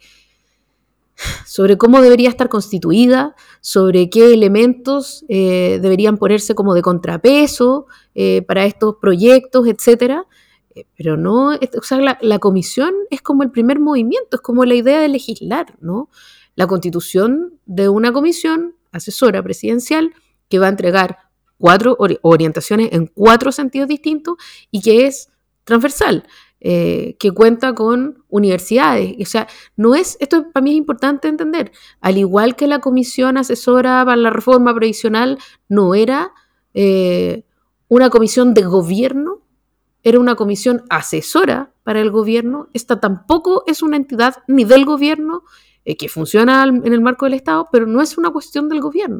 sobre cómo debería estar constituida, sobre qué elementos eh, deberían ponerse como de contrapeso eh, para estos proyectos, etcétera. Eh, pero no, o sea, la, la comisión es como el primer movimiento, es como la idea de legislar, ¿no? La constitución de una comisión asesora presidencial que va a entregar cuatro or- orientaciones en cuatro sentidos distintos y que es transversal. Eh, que cuenta con universidades. O sea, no es, esto para mí es importante entender, al igual que la comisión asesora para la reforma previsional no era eh, una comisión de gobierno, era una comisión asesora para el gobierno. Esta tampoco es una entidad ni del gobierno, eh, que funciona en el marco del Estado, pero no es una cuestión del gobierno.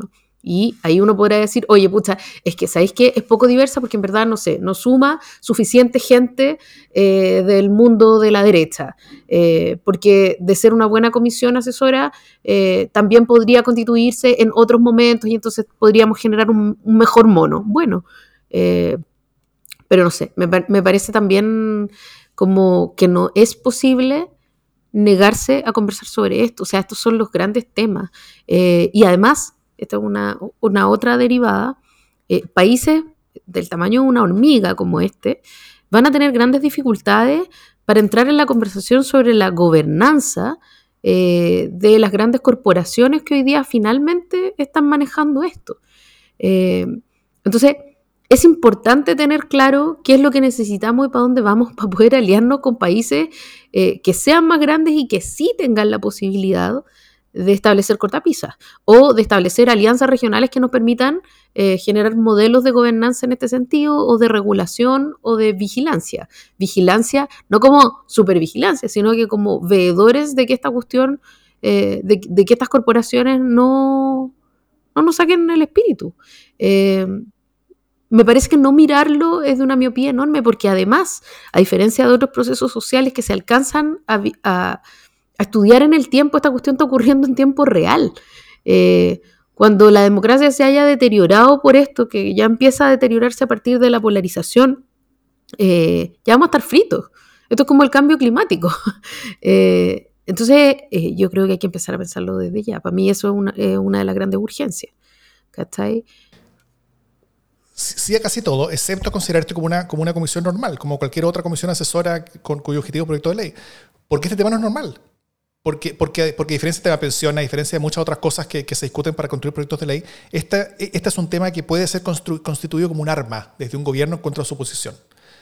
Y ahí uno podrá decir, oye, pucha, es que, ¿sabéis qué? Es poco diversa porque en verdad, no sé, no suma suficiente gente eh, del mundo de la derecha. Eh, porque de ser una buena comisión asesora, eh, también podría constituirse en otros momentos y entonces podríamos generar un, un mejor mono. Bueno, eh, pero no sé, me, me parece también como que no es posible negarse a conversar sobre esto. O sea, estos son los grandes temas. Eh, y además, esta es una, una otra derivada, eh, países del tamaño de una hormiga como este van a tener grandes dificultades para entrar en la conversación sobre la gobernanza eh, de las grandes corporaciones que hoy día finalmente están manejando esto. Eh, entonces, es importante tener claro qué es lo que necesitamos y para dónde vamos para poder aliarnos con países eh, que sean más grandes y que sí tengan la posibilidad de establecer cortapisas o de establecer alianzas regionales que nos permitan eh, generar modelos de gobernanza en este sentido o de regulación o de vigilancia. Vigilancia no como supervigilancia, sino que como veedores de que esta cuestión, eh, de, de que estas corporaciones no, no nos saquen el espíritu. Eh, Me parece que no mirarlo es de una miopía enorme porque además, a diferencia de otros procesos sociales que se alcanzan a, a, a estudiar en el tiempo, esta cuestión está ocurriendo en tiempo real. Eh, cuando la democracia se haya deteriorado por esto, que ya empieza a deteriorarse a partir de la polarización, eh, ya vamos a estar fritos. Esto es como el cambio climático. eh, entonces, eh, yo creo que hay que empezar a pensarlo desde ya. Para mí eso es una, eh, una de las grandes urgencias. ¿Cachai? Sí, a casi todo, excepto considerarte como una, como una comisión normal, como cualquier otra comisión asesora con cuyo objetivo es proyecto de ley. Porque este tema no es normal. Porque, porque, porque a diferencia del tema pensión, a diferencia de muchas otras cosas que, que se discuten para construir proyectos de ley, este, este es un tema que puede ser constru, constituido como un arma desde un gobierno contra su oposición.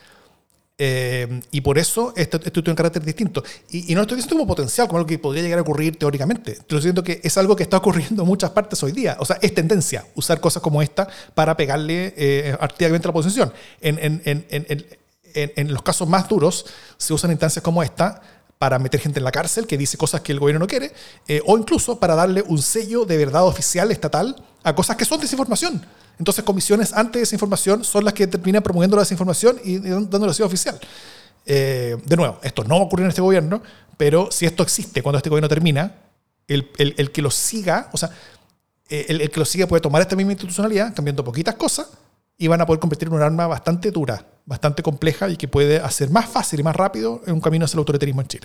Eh, y por eso esto, esto tiene un carácter distinto. Y, y no lo estoy diciendo como potencial, como algo que podría llegar a ocurrir teóricamente. Estoy diciendo que es algo que está ocurriendo en muchas partes hoy día. O sea, es tendencia usar cosas como esta para pegarle eh, activamente a la oposición. En, en, en, en, en, en los casos más duros se usan instancias como esta para meter gente en la cárcel que dice cosas que el gobierno no quiere, eh, o incluso para darle un sello de verdad oficial estatal a cosas que son desinformación. Entonces, comisiones ante desinformación son las que terminan promoviendo la desinformación y dándole el sello oficial. Eh, de nuevo, esto no va a ocurrir en este gobierno, pero si esto existe cuando este gobierno termina, el, el, el que lo siga, o sea, el, el que lo siga puede tomar esta misma institucionalidad, cambiando poquitas cosas, y van a poder convertir en un arma bastante dura, bastante compleja y que puede hacer más fácil y más rápido en un camino hacia el autoritarismo en Chile.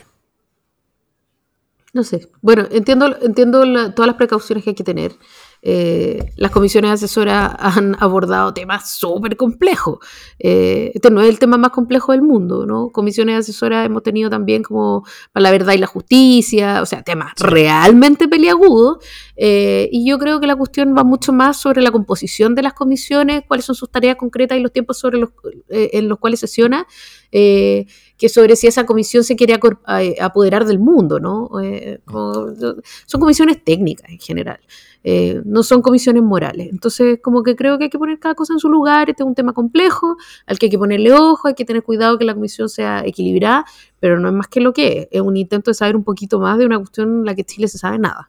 No sé. Bueno, entiendo, entiendo la, todas las precauciones que hay que tener. Eh, las comisiones asesoras han abordado temas súper complejos. Eh, este no es el tema más complejo del mundo, ¿no? Comisiones asesoras hemos tenido también como para la verdad y la justicia, o sea, temas sí. realmente peliagudos. Eh, y yo creo que la cuestión va mucho más sobre la composición de las comisiones, cuáles son sus tareas concretas y los tiempos sobre los, eh, en los cuales sesiona, eh, que sobre si esa comisión se quiere apoderar del mundo, ¿no? Eh, como, son comisiones técnicas en general. Eh, no son comisiones morales. Entonces, como que creo que hay que poner cada cosa en su lugar. Este es un tema complejo, al que hay que ponerle ojo, hay que tener cuidado que la comisión sea equilibrada, pero no es más que lo que es. Es un intento de saber un poquito más de una cuestión en la que Chile se sabe nada.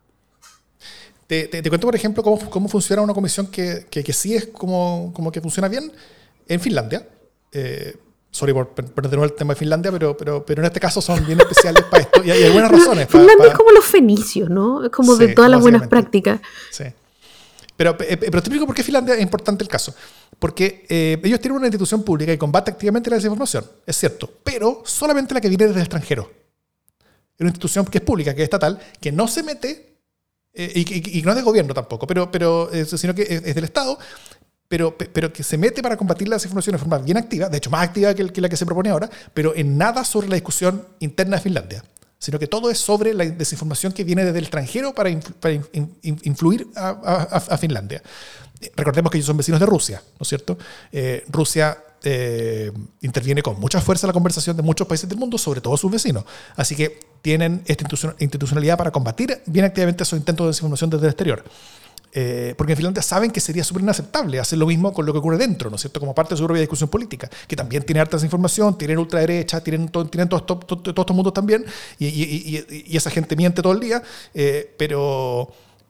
Te, te, te cuento, por ejemplo, cómo, cómo funciona una comisión que, que, que sí es como, como que funciona bien en Finlandia. Eh, sorry por perder el tema de Finlandia, pero, pero, pero en este caso son bien especiales para esto y hay algunas razones. Finlandia para, para... es como los fenicios, ¿no? Es como sí, de todas las buenas prácticas. Sí. Pero, pero te explico por qué Finlandia es importante el caso. Porque eh, ellos tienen una institución pública y combate activamente la desinformación, es cierto, pero solamente la que viene desde el extranjero. Es una institución que es pública, que es estatal, que no se mete, eh, y, y, y no es de gobierno tampoco, pero, pero, eh, sino que es, es del Estado, Pero, pero que se mete para combatir la desinformación de forma bien activa, de hecho más activa que, que la que se propone ahora, pero en nada sobre la discusión interna de Finlandia, sino que todo es sobre la desinformación que viene desde el extranjero para, influ, para in, in, influir a, a, a Finlandia. Recordemos que ellos son vecinos de Rusia, ¿no es cierto? Eh, Rusia eh, interviene con mucha fuerza en la conversación de muchos países del mundo, sobre todo sus vecinos. Así que tienen esta institucionalidad para combatir bien activamente esos intentos de desinformación desde el exterior. Eh, porque en Finlandia saben que sería súper inaceptable hacer lo mismo con lo que ocurre dentro, ¿no es cierto? Como parte de su propia discusión política, que también tiene harta desinformación, tienen ultraderecha, tienen, todo, tienen todos todo, todo, todo estos mundos también, y, y, y, y esa gente miente todo el día, eh, pero,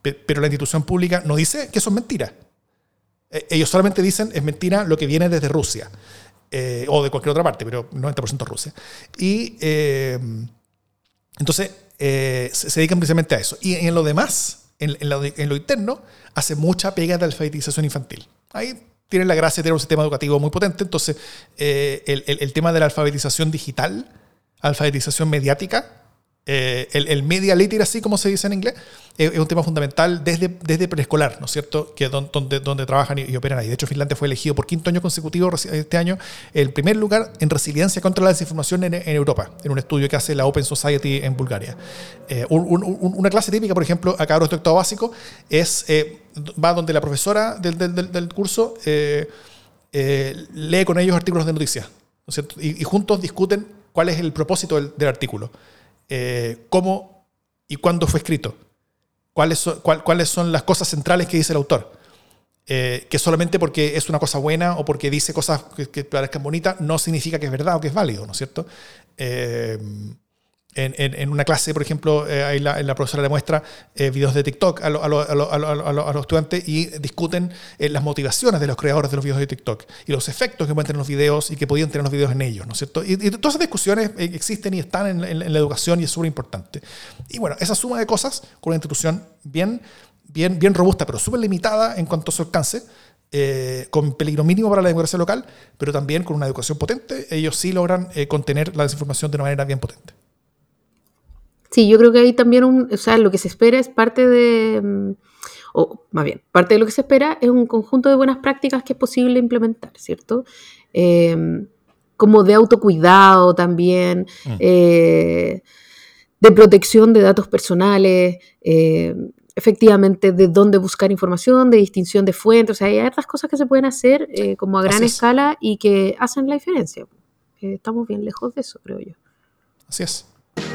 pero la institución pública no dice que eso es mentira. Ellos solamente dicen es mentira lo que viene desde Rusia, eh, o de cualquier otra parte, pero noventa por ciento Rusia. Y eh, entonces eh, se, se dedican precisamente a eso. Y en lo demás, en, en, lo, en lo interno, hace mucha pega de alfabetización infantil. Ahí tienen la gracia de tener un sistema educativo muy potente. Entonces eh, el, el, el tema de la alfabetización digital, alfabetización mediática, Eh, el, el media literacy, como se dice en inglés, eh, es un tema fundamental desde, desde preescolar, ¿no es cierto? Que es donde, donde trabajan y, y operan ahí. De hecho, Finlandia fue elegido por quinto año consecutivo este año el primer lugar en resiliencia contra la desinformación en, en Europa, en un estudio que hace la Open Society en Bulgaria. Eh, un, un, una clase típica, por ejemplo, a cabros de octavo básico, es, eh, va donde la profesora del, del, del, del curso eh, eh, lee con ellos artículos de noticias, ¿no es cierto? Y, y juntos discuten cuál es el propósito del, del artículo. Eh, cómo y cuándo fue escrito, cuáles son, cuál, cuáles son las cosas centrales que dice el autor, eh, que solamente porque es una cosa buena o porque dice cosas que, que parezcan bonitas no significa que es verdad o que es válido, ¿no es cierto? Eh, en, en, en una clase, por ejemplo, eh, ahí la, la profesora le muestra eh, videos de TikTok a, lo, a, lo, a, lo, a, lo, a, lo, a los estudiantes y discuten eh, las motivaciones de los creadores de los videos de TikTok y los efectos que pueden tener los videos y que podían tener los videos en ellos, ¿no es cierto? Y, y todas esas discusiones eh, existen y están en, en, en la educación y es súper importante. Y bueno, esa suma de cosas con una institución bien, bien, bien robusta, pero súper limitada en cuanto a su alcance, eh, con peligro mínimo para la democracia local, pero también con una educación potente, ellos sí logran eh, contener la desinformación de una manera bien potente. Sí, yo creo que ahí también, un, o sea, lo que se espera es parte de, o más bien, parte de lo que se espera es un conjunto de buenas prácticas que es posible implementar, ¿cierto? Eh, como de autocuidado también, mm. eh, de protección de datos personales, eh, efectivamente de dónde buscar información, de distinción de fuentes, o sea, hay otras cosas que se pueden hacer eh, como a gran Así escala es. Y que hacen la diferencia. Eh, estamos bien lejos de eso, creo yo. Así es.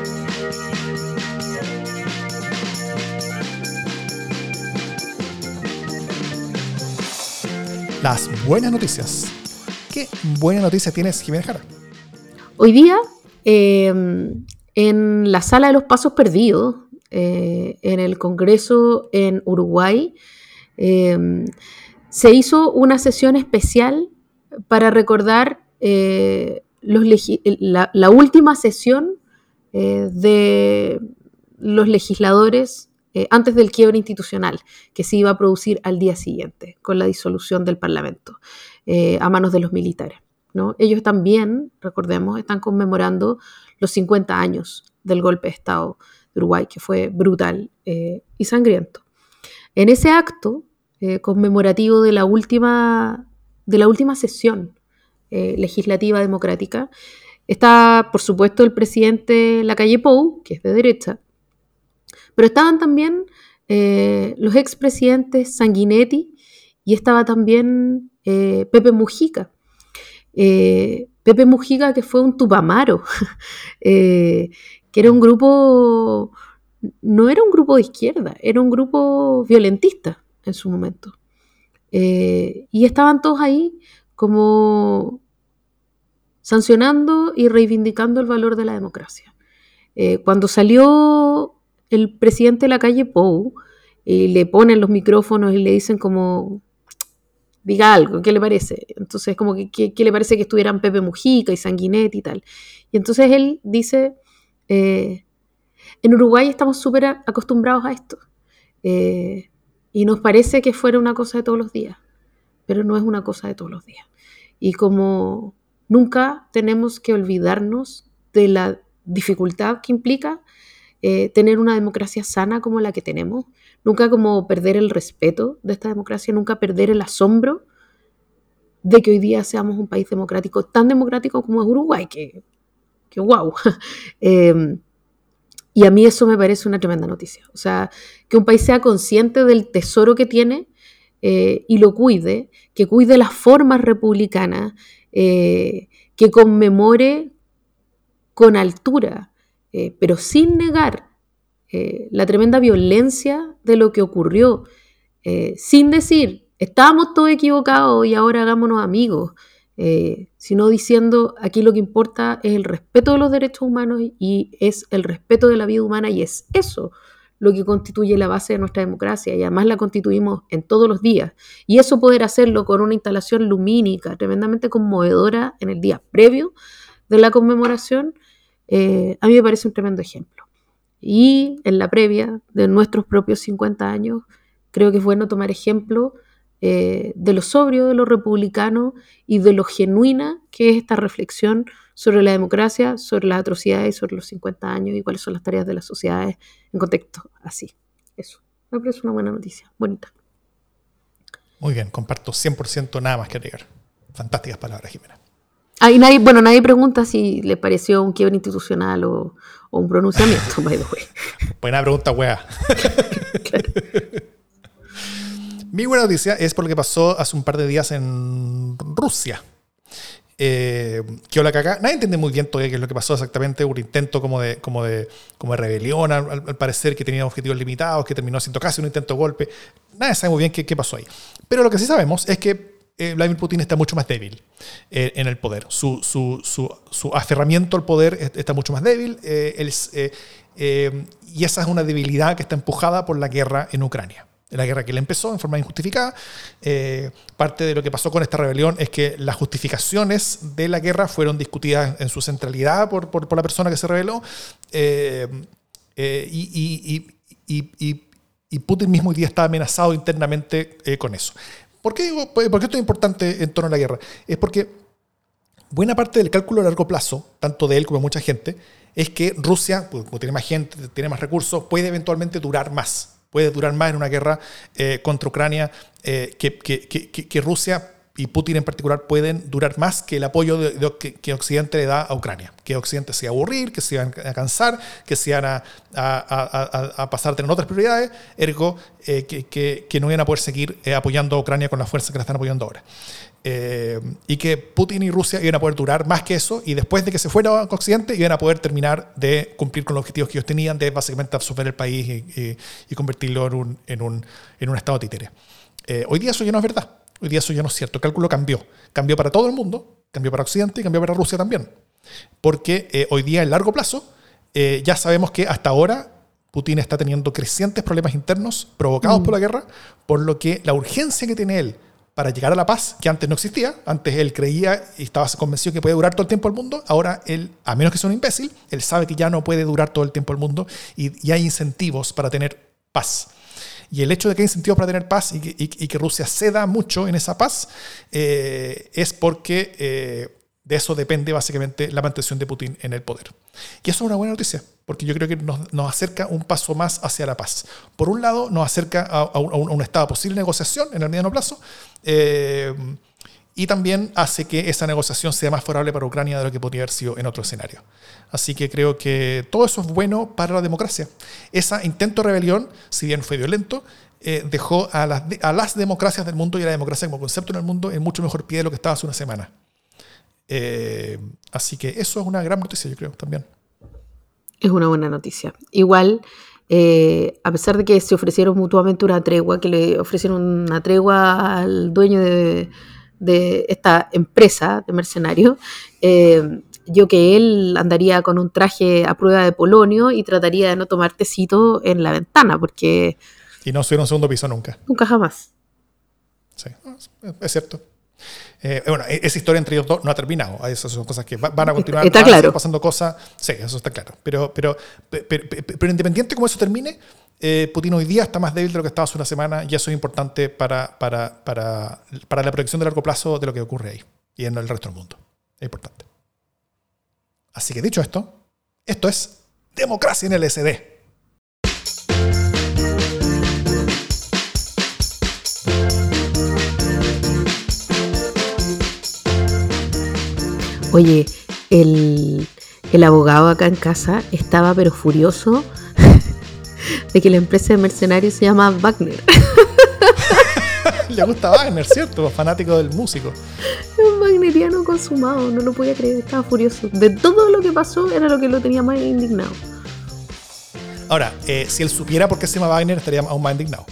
Las buenas noticias. ¿Qué buena noticia tienes, Jimena Jara? Hoy día, eh, en la Sala de los Pasos Perdidos, eh, en el Congreso en Uruguay, eh, se hizo una sesión especial para recordar eh, los legi- la, la última sesión eh, de los legisladores eh, antes del quiebre institucional que se iba a producir al día siguiente con la disolución del Parlamento eh, a manos de los militares, ¿no? Ellos también, recordemos, están conmemorando los cincuenta años del golpe de Estado de Uruguay, que fue brutal eh, y sangriento. En ese acto eh, conmemorativo de la última, de la última sesión eh, legislativa democrática, está, por supuesto, el presidente Lacalle Pou, que es de derecha, pero estaban también eh, los expresidentes Sanguinetti y estaba también eh, Pepe Mujica. Eh, Pepe Mujica, que fue un tupamaro, eh, que era un grupo, no era un grupo de izquierda, era un grupo violentista en su momento. Eh, y estaban todos ahí como sancionando y reivindicando el valor de la democracia. Eh, cuando salió el presidente Lacalle Pou y le ponen los micrófonos y le dicen como, diga algo, ¿qué le parece? Entonces como que, ¿qué, qué le parece que estuvieran Pepe Mujica y Sanguinetti y tal? Y entonces él dice, eh, en Uruguay estamos súper acostumbrados a esto eh, y nos parece que fuera una cosa de todos los días, pero no es una cosa de todos los días. Y como nunca tenemos que olvidarnos de la dificultad que implica eh, tener una democracia sana como la que tenemos, nunca como perder el respeto de esta democracia, nunca perder el asombro de que hoy día seamos un país democrático, tan democrático como es Uruguay, que, que wow. eh, y a mí eso me parece una tremenda noticia. O sea, que un país sea consciente del tesoro que tiene eh, y lo cuide, que cuide las formas republicanas, eh, que conmemore con altura, eh, pero sin negar eh, la tremenda violencia de lo que ocurrió, eh, sin decir, estábamos todos equivocados y ahora hagámonos amigos, eh, sino diciendo, aquí lo que importa es el respeto de los derechos humanos y es el respeto de la vida humana y es eso lo que constituye la base de nuestra democracia, y además la constituimos en todos los días. Y eso poder hacerlo con una instalación lumínica tremendamente conmovedora en el día previo de la conmemoración, eh, a mí me parece un tremendo ejemplo. Y en la previa de nuestros propios cincuenta años, creo que es bueno tomar ejemplo eh, de lo sobrio, de lo republicano y de lo genuina que es esta reflexión sobre la democracia, sobre las atrocidades, sobre los cincuenta años y cuáles son las tareas de las sociedades en contexto así. Eso, me parece una buena noticia, bonita. Muy bien, comparto cien por ciento, nada más que agregar. Fantásticas palabras, Jimena. Ah, y nadie, bueno, nadie pregunta si le pareció un quiebre institucional o, o un pronunciamiento, by the way. Buena pregunta, wea. Claro. Mi buena noticia es por lo que pasó hace un par de días en Rusia. Eh, que hola caca. Nadie entiende muy bien todavía qué es lo que pasó exactamente. Un intento como de, como de, como de rebelión, al, al parecer, que tenía objetivos limitados, que terminó siendo casi un intento de golpe. Nadie sabe muy bien qué, qué pasó ahí. Pero lo que sí sabemos es que eh, Vladimir Putin está mucho más débil eh, en el poder. Su, su, su, su aferramiento al poder está mucho más débil. Eh, él, eh, eh, y esa es una debilidad que está empujada por la guerra en Ucrania. La guerra que él empezó en forma injustificada. Eh, parte de lo que pasó con esta rebelión es que las justificaciones de la guerra fueron discutidas en su centralidad por, por, por la persona que se rebeló. Eh, eh, y, y, y, y, y Putin mismo hoy día está amenazado internamente eh, con eso. ¿Por qué digo, por qué esto es importante en torno a la guerra? Es porque buena parte del cálculo a largo plazo, tanto de él como de mucha gente, es que Rusia, como tiene más gente, tiene más recursos, puede eventualmente durar más. Puede durar más en una guerra eh, contra Ucrania, eh, que, que, que, que Rusia y Putin en particular pueden durar más que el apoyo de, de, que, que Occidente le da a Ucrania. Que Occidente se iba a aburrir, que se iban a cansar, que se iban a, a, a, a pasar a tener otras prioridades, ergo eh, que, que, que no iban a poder seguir eh, apoyando a Ucrania con la fuerza que la están apoyando ahora. Eh, y que Putin y Rusia iban a poder durar más que eso, y después de que se fuera a Occidente iban a poder terminar de cumplir con los objetivos que ellos tenían de básicamente absorber el país y, y, y convertirlo en un, en, un, en un estado títere. Eh, hoy día eso ya no es verdad, hoy día eso ya no es cierto. El cálculo cambió, cambió para todo el mundo, cambió para Occidente y cambió para Rusia también, porque eh, hoy día en largo plazo eh, ya sabemos que hasta ahora Putin está teniendo crecientes problemas internos provocados mm. por la guerra, por lo que la urgencia que tiene él para llegar a la paz, que antes no existía. Antes él creía y estaba convencido que puede durar todo el tiempo el mundo. Ahora él, a menos que sea un imbécil, él sabe que ya no puede durar todo el tiempo el mundo y, y hay incentivos para tener paz. Y el hecho de que hay incentivos para tener paz y que, y, y que Rusia ceda mucho en esa paz eh, es porque eh, de eso depende básicamente la mantención de Putin en el poder. Y eso es una buena noticia, porque yo creo que nos, nos acerca un paso más hacia la paz. Por un lado, nos acerca a, a, un, a un estado de posible negociación en el mediano plazo, eh, y también hace que esa negociación sea más favorable para Ucrania de lo que podría haber sido en otro escenario. Así que creo que todo eso es bueno para la democracia. Ese intento de rebelión, si bien fue violento, eh, dejó a las, a las democracias del mundo y a la democracia como concepto en el mundo en mucho mejor pie de lo que estaba hace una semana. Eh, así que eso es una gran noticia, yo creo, también. Es una buena noticia. Igual, eh, a pesar de que se ofrecieron mutuamente una tregua, que le ofrecieron una tregua al dueño de, de esta empresa de mercenarios, eh, yo que él andaría con un traje a prueba de polonio y trataría de no tomar tecito en la ventana, porque... Y no subir un segundo piso nunca. Nunca jamás. Sí, es cierto. Eh, bueno, esa historia entre ellos dos no ha terminado. Esas son cosas que van a continuar. Está claro. Pasando cosas. Sí, eso está claro. Pero, pero, pero, pero, pero independiente de cómo eso termine, eh, Putin hoy día está más débil de lo que estaba hace una semana, y eso es importante para, para, para, para la proyección de largo plazo de lo que ocurre ahí y en el resto del mundo. Es importante. Así que dicho esto, esto es Democracia en L S D. Oye, el, el abogado acá en casa estaba pero furioso de que la empresa de mercenarios se llama Wagner. Le gusta Wagner, ¿cierto? Fanático del músico. Es un wagneriano consumado, no lo podía creer, estaba furioso. De todo lo que pasó era lo que lo tenía más indignado. Ahora, eh, si él supiera por qué se llama Wagner, estaría aún más indignado.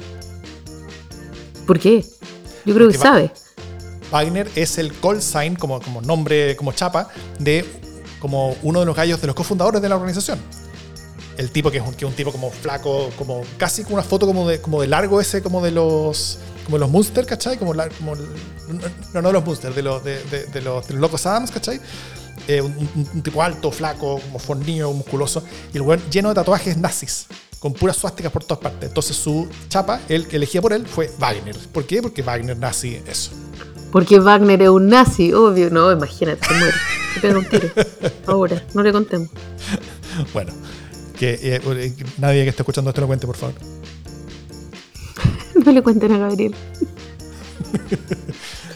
¿Por qué? Yo creo Porque que sabe. Wagner es el call sign, como, como nombre, como chapa, de como uno de los gallos de los cofundadores de la organización. el tipo que es un, que es un tipo como flaco, como casi con una foto como de, como de largo ese, como de los como los Munster, ¿cachai? Como, la, como no, no de los Munster, de los, de, de, de los, de los Locos Adams, ¿cachai? Eh, un, un, un tipo alto, flaco, como fornido, musculoso, y el weón lleno de tatuajes nazis, con puras suásticas por todas partes. Entonces su chapa, el que elegía por él, fue Wagner. ¿Por qué? Porque Wagner nazi, eso. Porque Wagner es un nazi, obvio. No, imagínate, se muere. Se pega un tiro. Ahora, no le contemos. Bueno, que eh, nadie que esté escuchando esto lo cuente, por favor. No le cuenten a Gabriel.